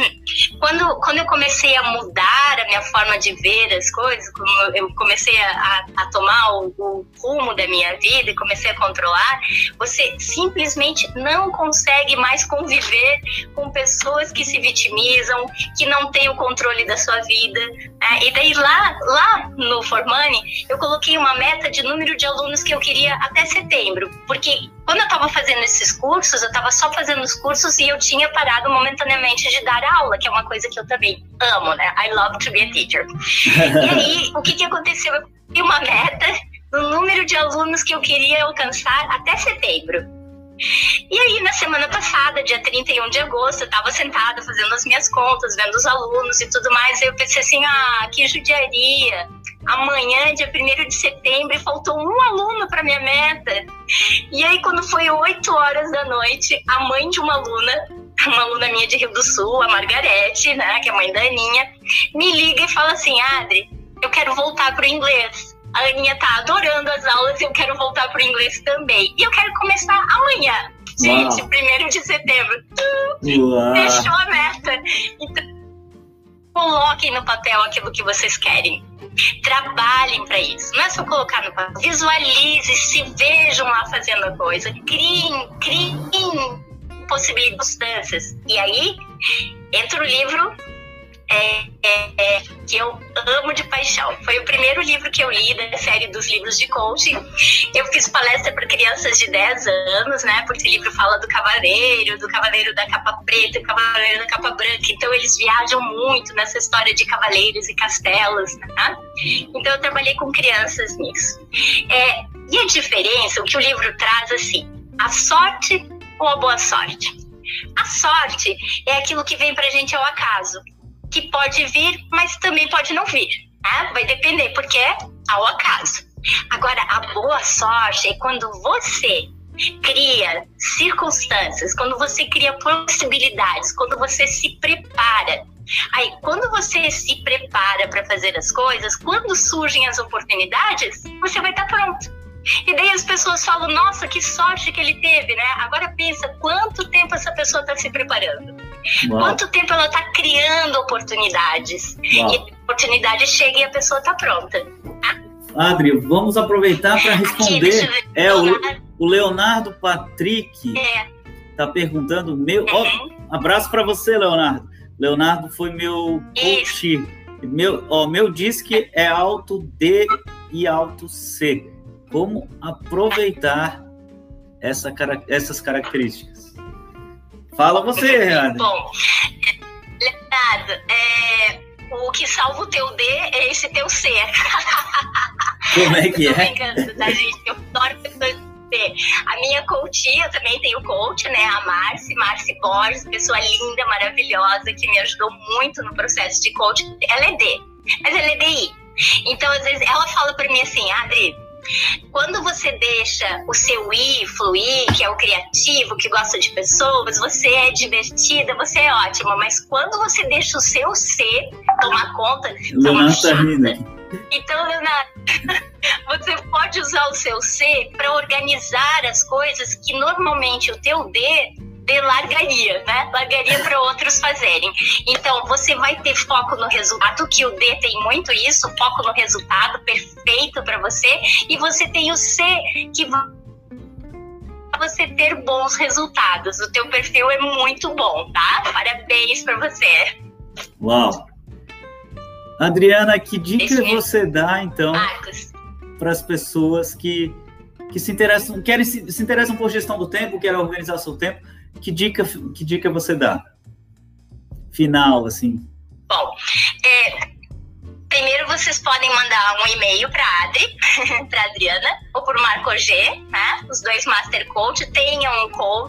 Quando eu comecei a mudar a minha forma de ver as coisas, quando eu comecei a tomar o rumo da minha vida e comecei a controlar, você simplesmente não consegue mais conviver com pessoas que se vitimizam, que não têm o controle da sua vida. E daí lá no For Money, eu coloquei uma meta de número de alunos que eu queria até setembro, porque quando eu estava fazendo esses cursos, eu estava só fazendo os cursos e eu tinha parado momentaneamente de dar aula, que é uma coisa que eu também amo, né? I love to be a teacher. E aí, o que aconteceu? Eu coloquei uma meta do número de alunos que eu queria alcançar até setembro. E aí, na semana passada, dia 31 de agosto, eu estava sentada fazendo as minhas contas, vendo os alunos e tudo mais, e eu pensei assim, que judiaria. Amanhã, dia 1º de setembro, faltou um aluno para minha meta. E aí, quando foi 8 horas da noite, a mãe de uma aluna minha de Rio do Sul, a Margarete, né, que é a mãe da Aninha, me liga e fala assim, Adri, eu quero voltar pro inglês. A Aninha tá adorando as aulas e eu quero voltar pro inglês também. E eu quero começar amanhã, gente, 1º de setembro. Fechou a meta. Então, coloquem no papel aquilo que vocês querem. Trabalhem para isso. Não é só colocar no papel. Visualize, se vejam lá fazendo a coisa. Criem possibilidades. E aí, entra o livro que eu amo de paixão. Foi o primeiro livro que eu li da série dos livros de coaching. Eu fiz palestra para crianças de 10 anos, né? Porque esse livro fala do cavaleiro da capa preta, do cavaleiro da capa branca. Então eles viajam muito nessa história de cavaleiros e castelos, tá? Então eu trabalhei com crianças nisso. E a diferença, o que o livro traz, assim, a sorte ou a boa sorte? A sorte é aquilo que vem pra gente ao acaso, que pode vir, mas também pode não vir, né? Vai depender, porque é ao acaso. Agora, a boa sorte é quando você cria circunstâncias, quando você cria possibilidades, quando você se prepara. Aí, quando você se prepara para fazer as coisas, quando surgem as oportunidades, você vai estar pronto. E daí as pessoas falam, nossa, que sorte que ele teve, né? Agora pensa, quanto tempo essa pessoa está se preparando? Uau. Quanto tempo ela está criando oportunidades? Uau. E a oportunidade chega e a pessoa está pronta. Adri, vamos aproveitar para responder. O Leonardo Patrick está perguntando, abraço para você, Leonardo. Leonardo foi meu coach. Meu DISC é alto D e alto C. Como aproveitar essas características? Fala você, Adri. Bom, Leonardo, o que salva o teu D é esse teu C. Como é que é? Tô brincando, tá, gente? Eu adoro pessoas de C. A minha coach, eu também tenho coach, né? A Marci Borges, pessoa linda, maravilhosa, que me ajudou muito no processo de coaching. Ela é D, mas ela é DI. Então, às vezes, ela fala pra mim assim, Adri, quando você deixa o seu I fluir, que é o criativo, que gosta de pessoas, você é divertida, você é ótima, mas quando você deixa o seu C tomar conta, Leonardo tá rindo. Então, Leonardo, você pode usar o seu C para organizar as coisas que normalmente o teu D largaria, né? Largaria para outros fazerem. Então, você vai ter foco no resultado, que o D tem muito isso, foco no resultado perfeito para você, e você tem o C que você ter bons resultados. O teu perfil é muito bom, tá? Parabéns para você. Uau! Adriana, que dica você dá, então, para as pessoas que se interessam por gestão do tempo, querem organizar seu tempo? Que dica você dá? Final, assim. Bom, primeiro vocês podem mandar um e-mail para a Adri, para a Adriana, ou para o Marco G, né? Os dois Master Coach. Tenha um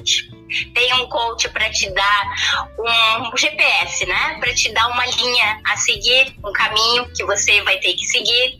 coach para te dar um GPS, né? Para te dar uma linha a seguir, um caminho que você vai ter que seguir.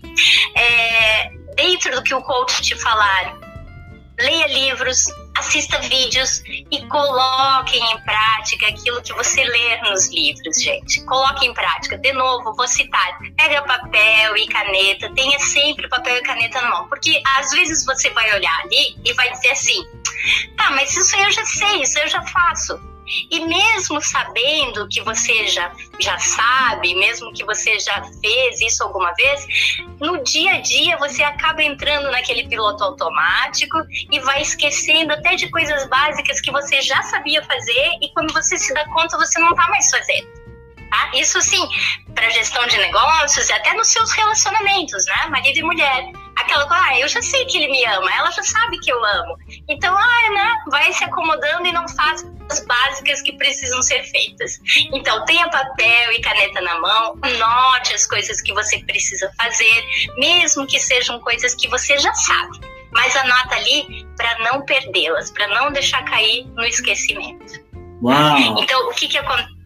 Dentro do que o coach te falar, leia livros, assista vídeos e coloquem em prática aquilo que você lê nos livros, gente. Coloquem em prática. De novo, vou citar. Pega papel e caneta. Tenha sempre papel e caneta na mão. Porque às vezes você vai olhar ali e vai dizer assim, tá, mas isso aí eu já sei, isso aí eu já faço. E mesmo sabendo que você já sabe, mesmo que você já fez isso alguma vez, no dia a dia você acaba entrando naquele piloto automático e vai esquecendo até de coisas básicas que você já sabia fazer e quando você se dá conta você não está mais fazendo. Tá? Isso sim, para gestão de negócios e até nos seus relacionamentos, né? Marido e mulher. Aquela coisa, eu já sei que ele me ama, ela já sabe que eu amo. Então, né? Vai se acomodando e não faz as básicas que precisam ser feitas. Então, tenha papel e caneta na mão, anote as coisas que você precisa fazer, mesmo que sejam coisas que você já sabe. Mas anota ali para não perdê-las, para não deixar cair no esquecimento. Uau. Então, o que acontece?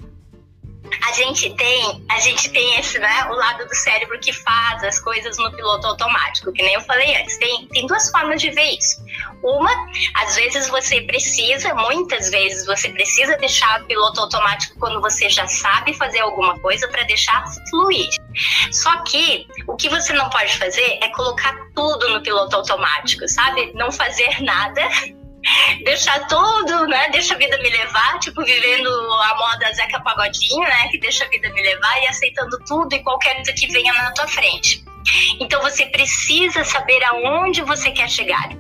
A gente tem esse, né, o lado do cérebro que faz as coisas no piloto automático, que nem eu falei antes. Tem duas formas de ver isso. Uma, às vezes muitas vezes você precisa deixar o piloto automático quando você já sabe fazer alguma coisa para deixar fluir. Só que o que você não pode fazer é colocar tudo no piloto automático, sabe? Não fazer nada. Deixar tudo, né? Deixa a vida me levar, tipo, vivendo a moda Zeca Pagodinho, né? Que deixa a vida me levar e aceitando tudo e qualquer coisa que venha na tua frente. Então você precisa saber aonde você quer chegar.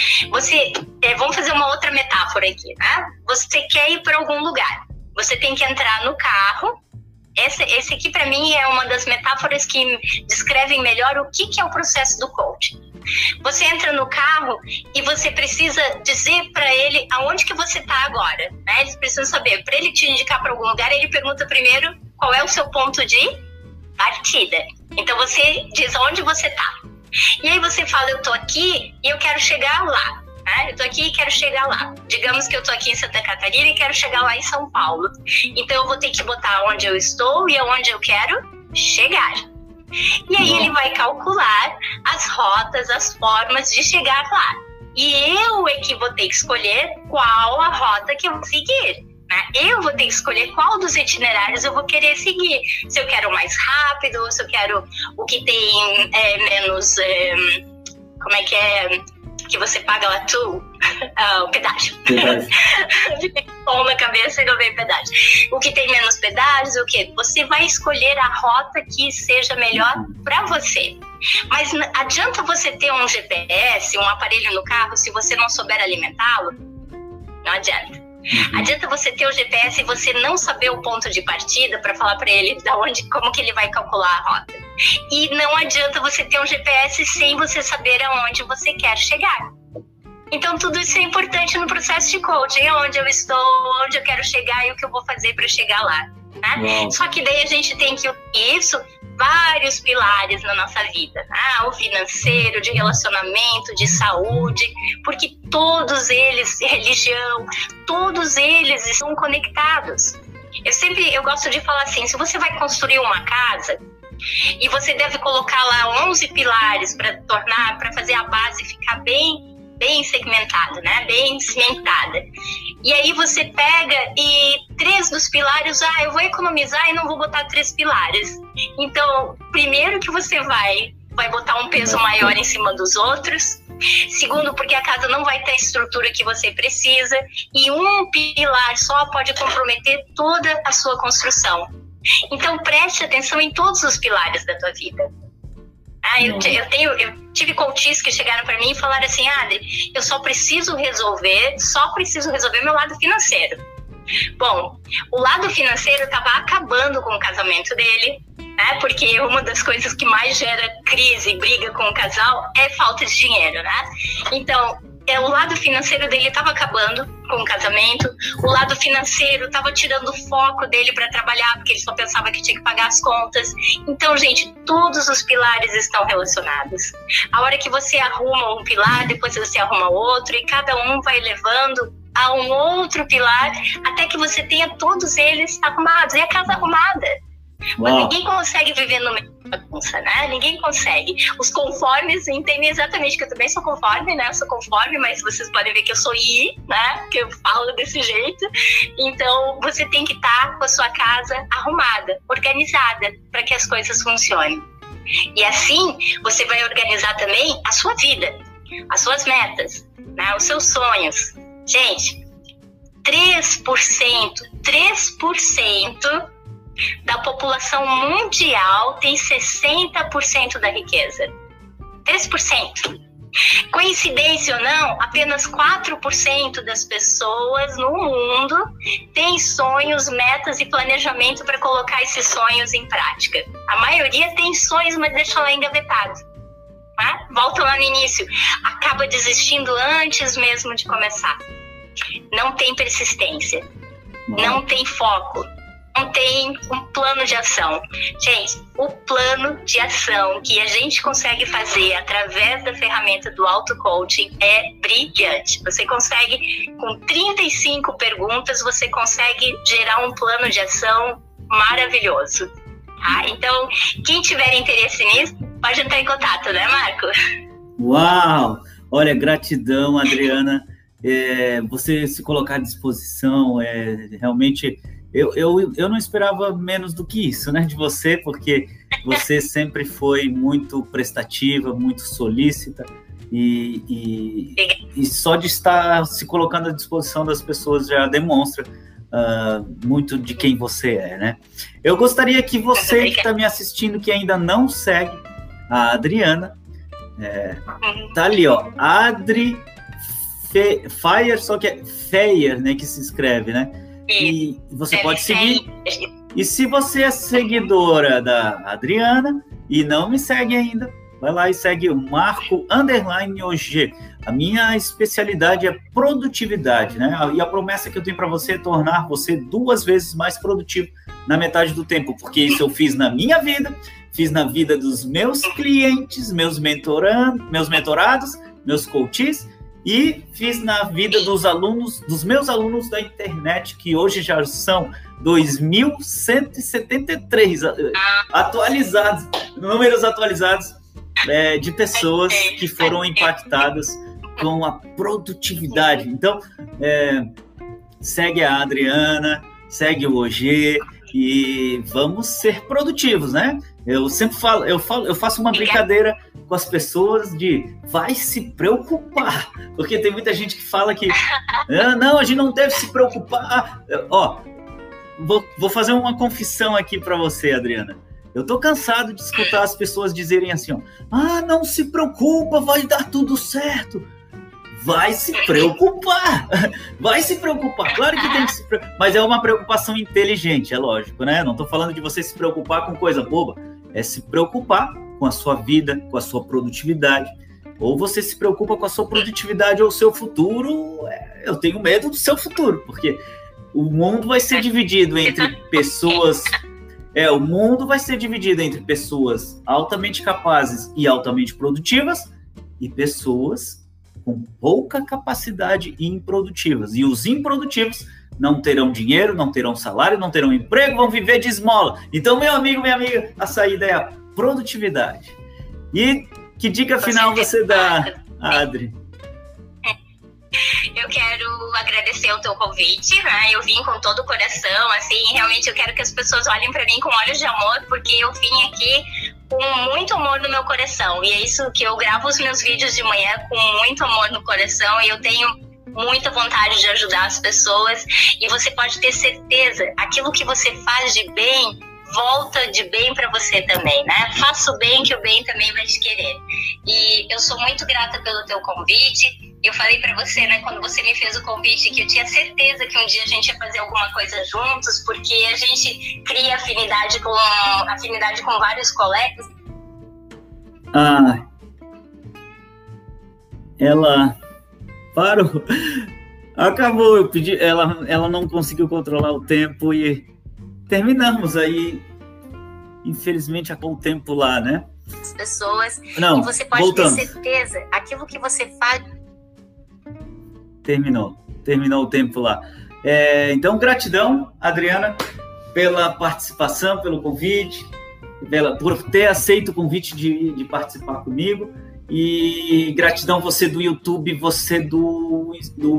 Vamos fazer uma outra metáfora aqui, né? Você quer ir para algum lugar. Você tem que entrar no carro. Esse aqui, para mim, é uma das metáforas que descrevem melhor o que é o processo do coaching. Você entra no carro e você precisa dizer para ele aonde que você está agora, né? Eles precisam saber. Para ele te indicar para algum lugar, ele pergunta primeiro qual é o seu ponto de partida. Então você diz onde você está. E aí você fala, eu tô aqui e eu quero chegar lá. Né? Eu tô aqui e quero chegar lá. Digamos que eu tô aqui em Santa Catarina e quero chegar lá em São Paulo. Então eu vou ter que botar onde eu estou e aonde eu quero chegar. E aí ele vai calcular as rotas, as formas de chegar lá. E eu é que vou ter que escolher qual a rota que eu vou seguir. Né? Eu vou ter que escolher qual dos itinerários eu vou querer seguir. Se eu quero mais rápido, ou se eu quero o que tem menos... como é que você paga lá o pedágio. Pão na cabeça e não vem pedágio. O que tem menos pedágios, o que? Você vai escolher a rota que seja melhor para você. Mas adianta você ter um GPS, um aparelho no carro, se você não souber alimentá-lo? Não adianta. Adianta você ter o GPS e você não saber o ponto de partida para falar para ele como que ele vai calcular a rota. E não adianta você ter um GPS sem você saber aonde você quer chegar. Então tudo isso é importante no processo de coaching, onde eu estou, onde eu quero chegar e o que eu vou fazer para chegar lá. Né? Só que daí a gente tem que isso vários pilares na nossa vida, né? O financeiro, de relacionamento, de saúde, porque todos eles, religião, todos eles estão conectados. Eu gosto de falar assim, se você vai construir uma casa e você deve colocar lá 11 pilares para fazer a base ficar bem segmentada, né? Bem cimentada. E aí você pega e 3 dos pilares, eu vou economizar e não vou botar 3 pilares. Então, primeiro que você vai botar um peso maior em cima dos outros. Segundo, porque a casa não vai ter a estrutura que você precisa. E um pilar só pode comprometer toda a sua construção. Então, preste atenção em todos os pilares da tua vida. Eu tive coaches que chegaram para mim e falaram assim: Adri, eu só preciso resolver meu lado financeiro. Bom, o lado financeiro estava acabando com o casamento dele, né? Porque uma das coisas que mais gera crise e briga com o casal é falta de dinheiro, né? Então, o lado financeiro dele estava acabando com o casamento, o lado financeiro estava tirando o foco dele para trabalhar, porque ele só pensava que tinha que pagar as contas. Então, gente, todos os pilares estão relacionados. A hora que você arruma um pilar, depois você arruma outro, e cada um vai levando a um outro pilar, até que você tenha todos eles arrumados, e a casa arrumada. Mas ninguém consegue viver no meio da bagunça, né? Ninguém consegue. Os conformes entendem exatamente que eu também sou conforme, né? Eu sou conforme, mas vocês podem ver que eu sou né? Que eu falo desse jeito. Então, você tem que estar com a sua casa arrumada, organizada, para que as coisas funcionem. E assim, você vai organizar também a sua vida, as suas metas, né? Os seus sonhos. Gente, 3% da população mundial tem 60% da riqueza. 3%. Coincidência ou não, apenas 4% das pessoas no mundo têm sonhos, metas e planejamento para colocar esses sonhos em prática. A maioria tem sonhos, mas deixa lá engavetado. Né? Volta lá no início. Acaba desistindo antes mesmo de começar. Não tem persistência. Não tem foco. Não tem um plano de ação. Gente, o plano de ação que a gente consegue fazer através da ferramenta do auto-coaching é brilhante. Você consegue, com 35 perguntas, você consegue gerar um plano de ação maravilhoso. Tá? Então, quem tiver interesse nisso, pode entrar em contato, né, Marco? Uau! Olha, gratidão, Adriana. Você se colocar à disposição, realmente... Eu não esperava menos do que isso, né, de você, porque você sempre foi muito prestativa, muito solícita, e só de estar se colocando à disposição das pessoas já demonstra muito de quem você é, né? Eu gostaria que você que está me assistindo, que ainda não segue a Adriana, tá ali, ó, Adri Fire, só que é Fire, né, que se escreve, né? E você pode seguir. E se você é seguidora da Adriana e não me segue ainda, vai lá e segue o Marco_OG. A minha especialidade é produtividade, né? E a promessa que eu tenho para você é tornar você 2 vezes mais produtivo na metade do tempo, porque isso eu fiz na minha vida, fiz na vida dos meus clientes, meus mentorados, meus coaches, e fiz na vida dos meus alunos da internet, que hoje já são 2.173 atualizados, números atualizados de pessoas que foram impactadas com a produtividade. Então, segue a Adriana, segue o OG e vamos ser produtivos, né? Eu sempre falo, eu faço uma brincadeira com as pessoas de vai se preocupar, porque tem muita gente que fala que não, a gente não deve se preocupar. Ó, vou fazer uma confissão aqui para você, Adriana. Eu tô cansado de escutar as pessoas dizerem assim, ó, não se preocupa, vai dar tudo certo. Vai se preocupar, vai se preocupar, claro que tem que se preocupar, mas é uma preocupação inteligente, é lógico, né? Não tô falando de você se preocupar com coisa boba, é se preocupar com a sua vida, com a sua produtividade, ou você se preocupa com a sua produtividade ou o seu futuro. Eu tenho medo do seu futuro, porque o mundo vai ser dividido entre pessoas, o mundo vai ser dividido entre pessoas altamente capazes e altamente produtivas e pessoas com pouca capacidade e improdutivas. E os improdutivos não terão dinheiro, não terão salário, não terão emprego, vão viver de esmola. Então, meu amigo, minha amiga, a saída é a produtividade. E que dica final você dá, Adri? Eu quero agradecer o teu convite, né? Eu vim com todo o coração, assim, realmente eu quero que as pessoas olhem para mim com olhos de amor, porque eu vim aqui com muito amor no meu coração, e é isso que eu gravo os meus vídeos de manhã com muito amor no coração, e eu tenho muita vontade de ajudar as pessoas, e você pode ter certeza, aquilo que você faz de bem volta de bem para você também, né? Faça o bem que o bem também vai te querer. E eu sou muito grata pelo teu convite. Eu falei para você, né, quando você me fez o convite, que eu tinha certeza que um dia a gente ia fazer alguma coisa juntos, porque a gente cria afinidade com vários colegas. Ela parou. Acabou, eu pedi, ela não conseguiu controlar o tempo e terminamos aí. Infelizmente acabou o tempo lá, né? As pessoas, não, e você pode voltamos. ter certeza, aquilo que você faz... Terminou o tempo lá. Então, gratidão, Adriana, pela participação, pelo convite, por ter aceito o convite de participar comigo. E gratidão você do YouTube, você do...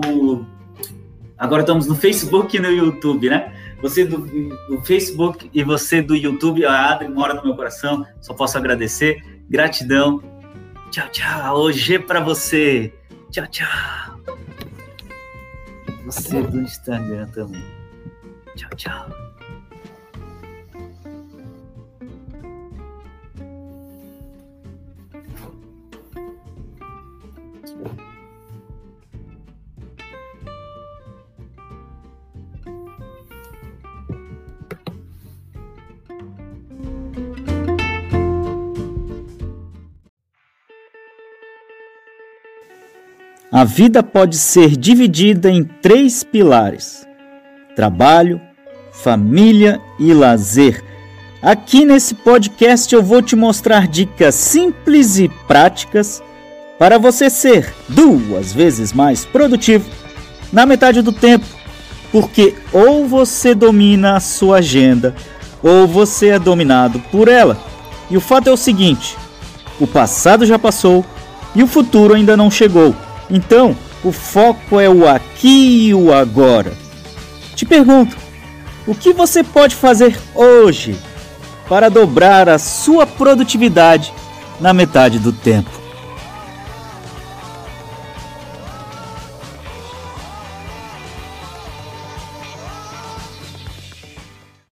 Agora estamos no Facebook e no YouTube, né? Você do Facebook e você do YouTube. A Adri mora no meu coração, só posso agradecer. Gratidão. Tchau, tchau. Hoje é pra você. Tchau, tchau. Você do Instagram também. Tchau, tchau. A vida pode ser dividida em 3 pilares: trabalho, família e lazer. Aqui nesse podcast eu vou te mostrar dicas simples e práticas para você ser 2 vezes mais produtivo na metade do tempo, porque ou você domina a sua agenda ou você é dominado por ela. E o fato é o seguinte: o passado já passou e o futuro ainda não chegou. Então, o foco é o aqui e o agora. Te pergunto, o que você pode fazer hoje para dobrar a sua produtividade na metade do tempo?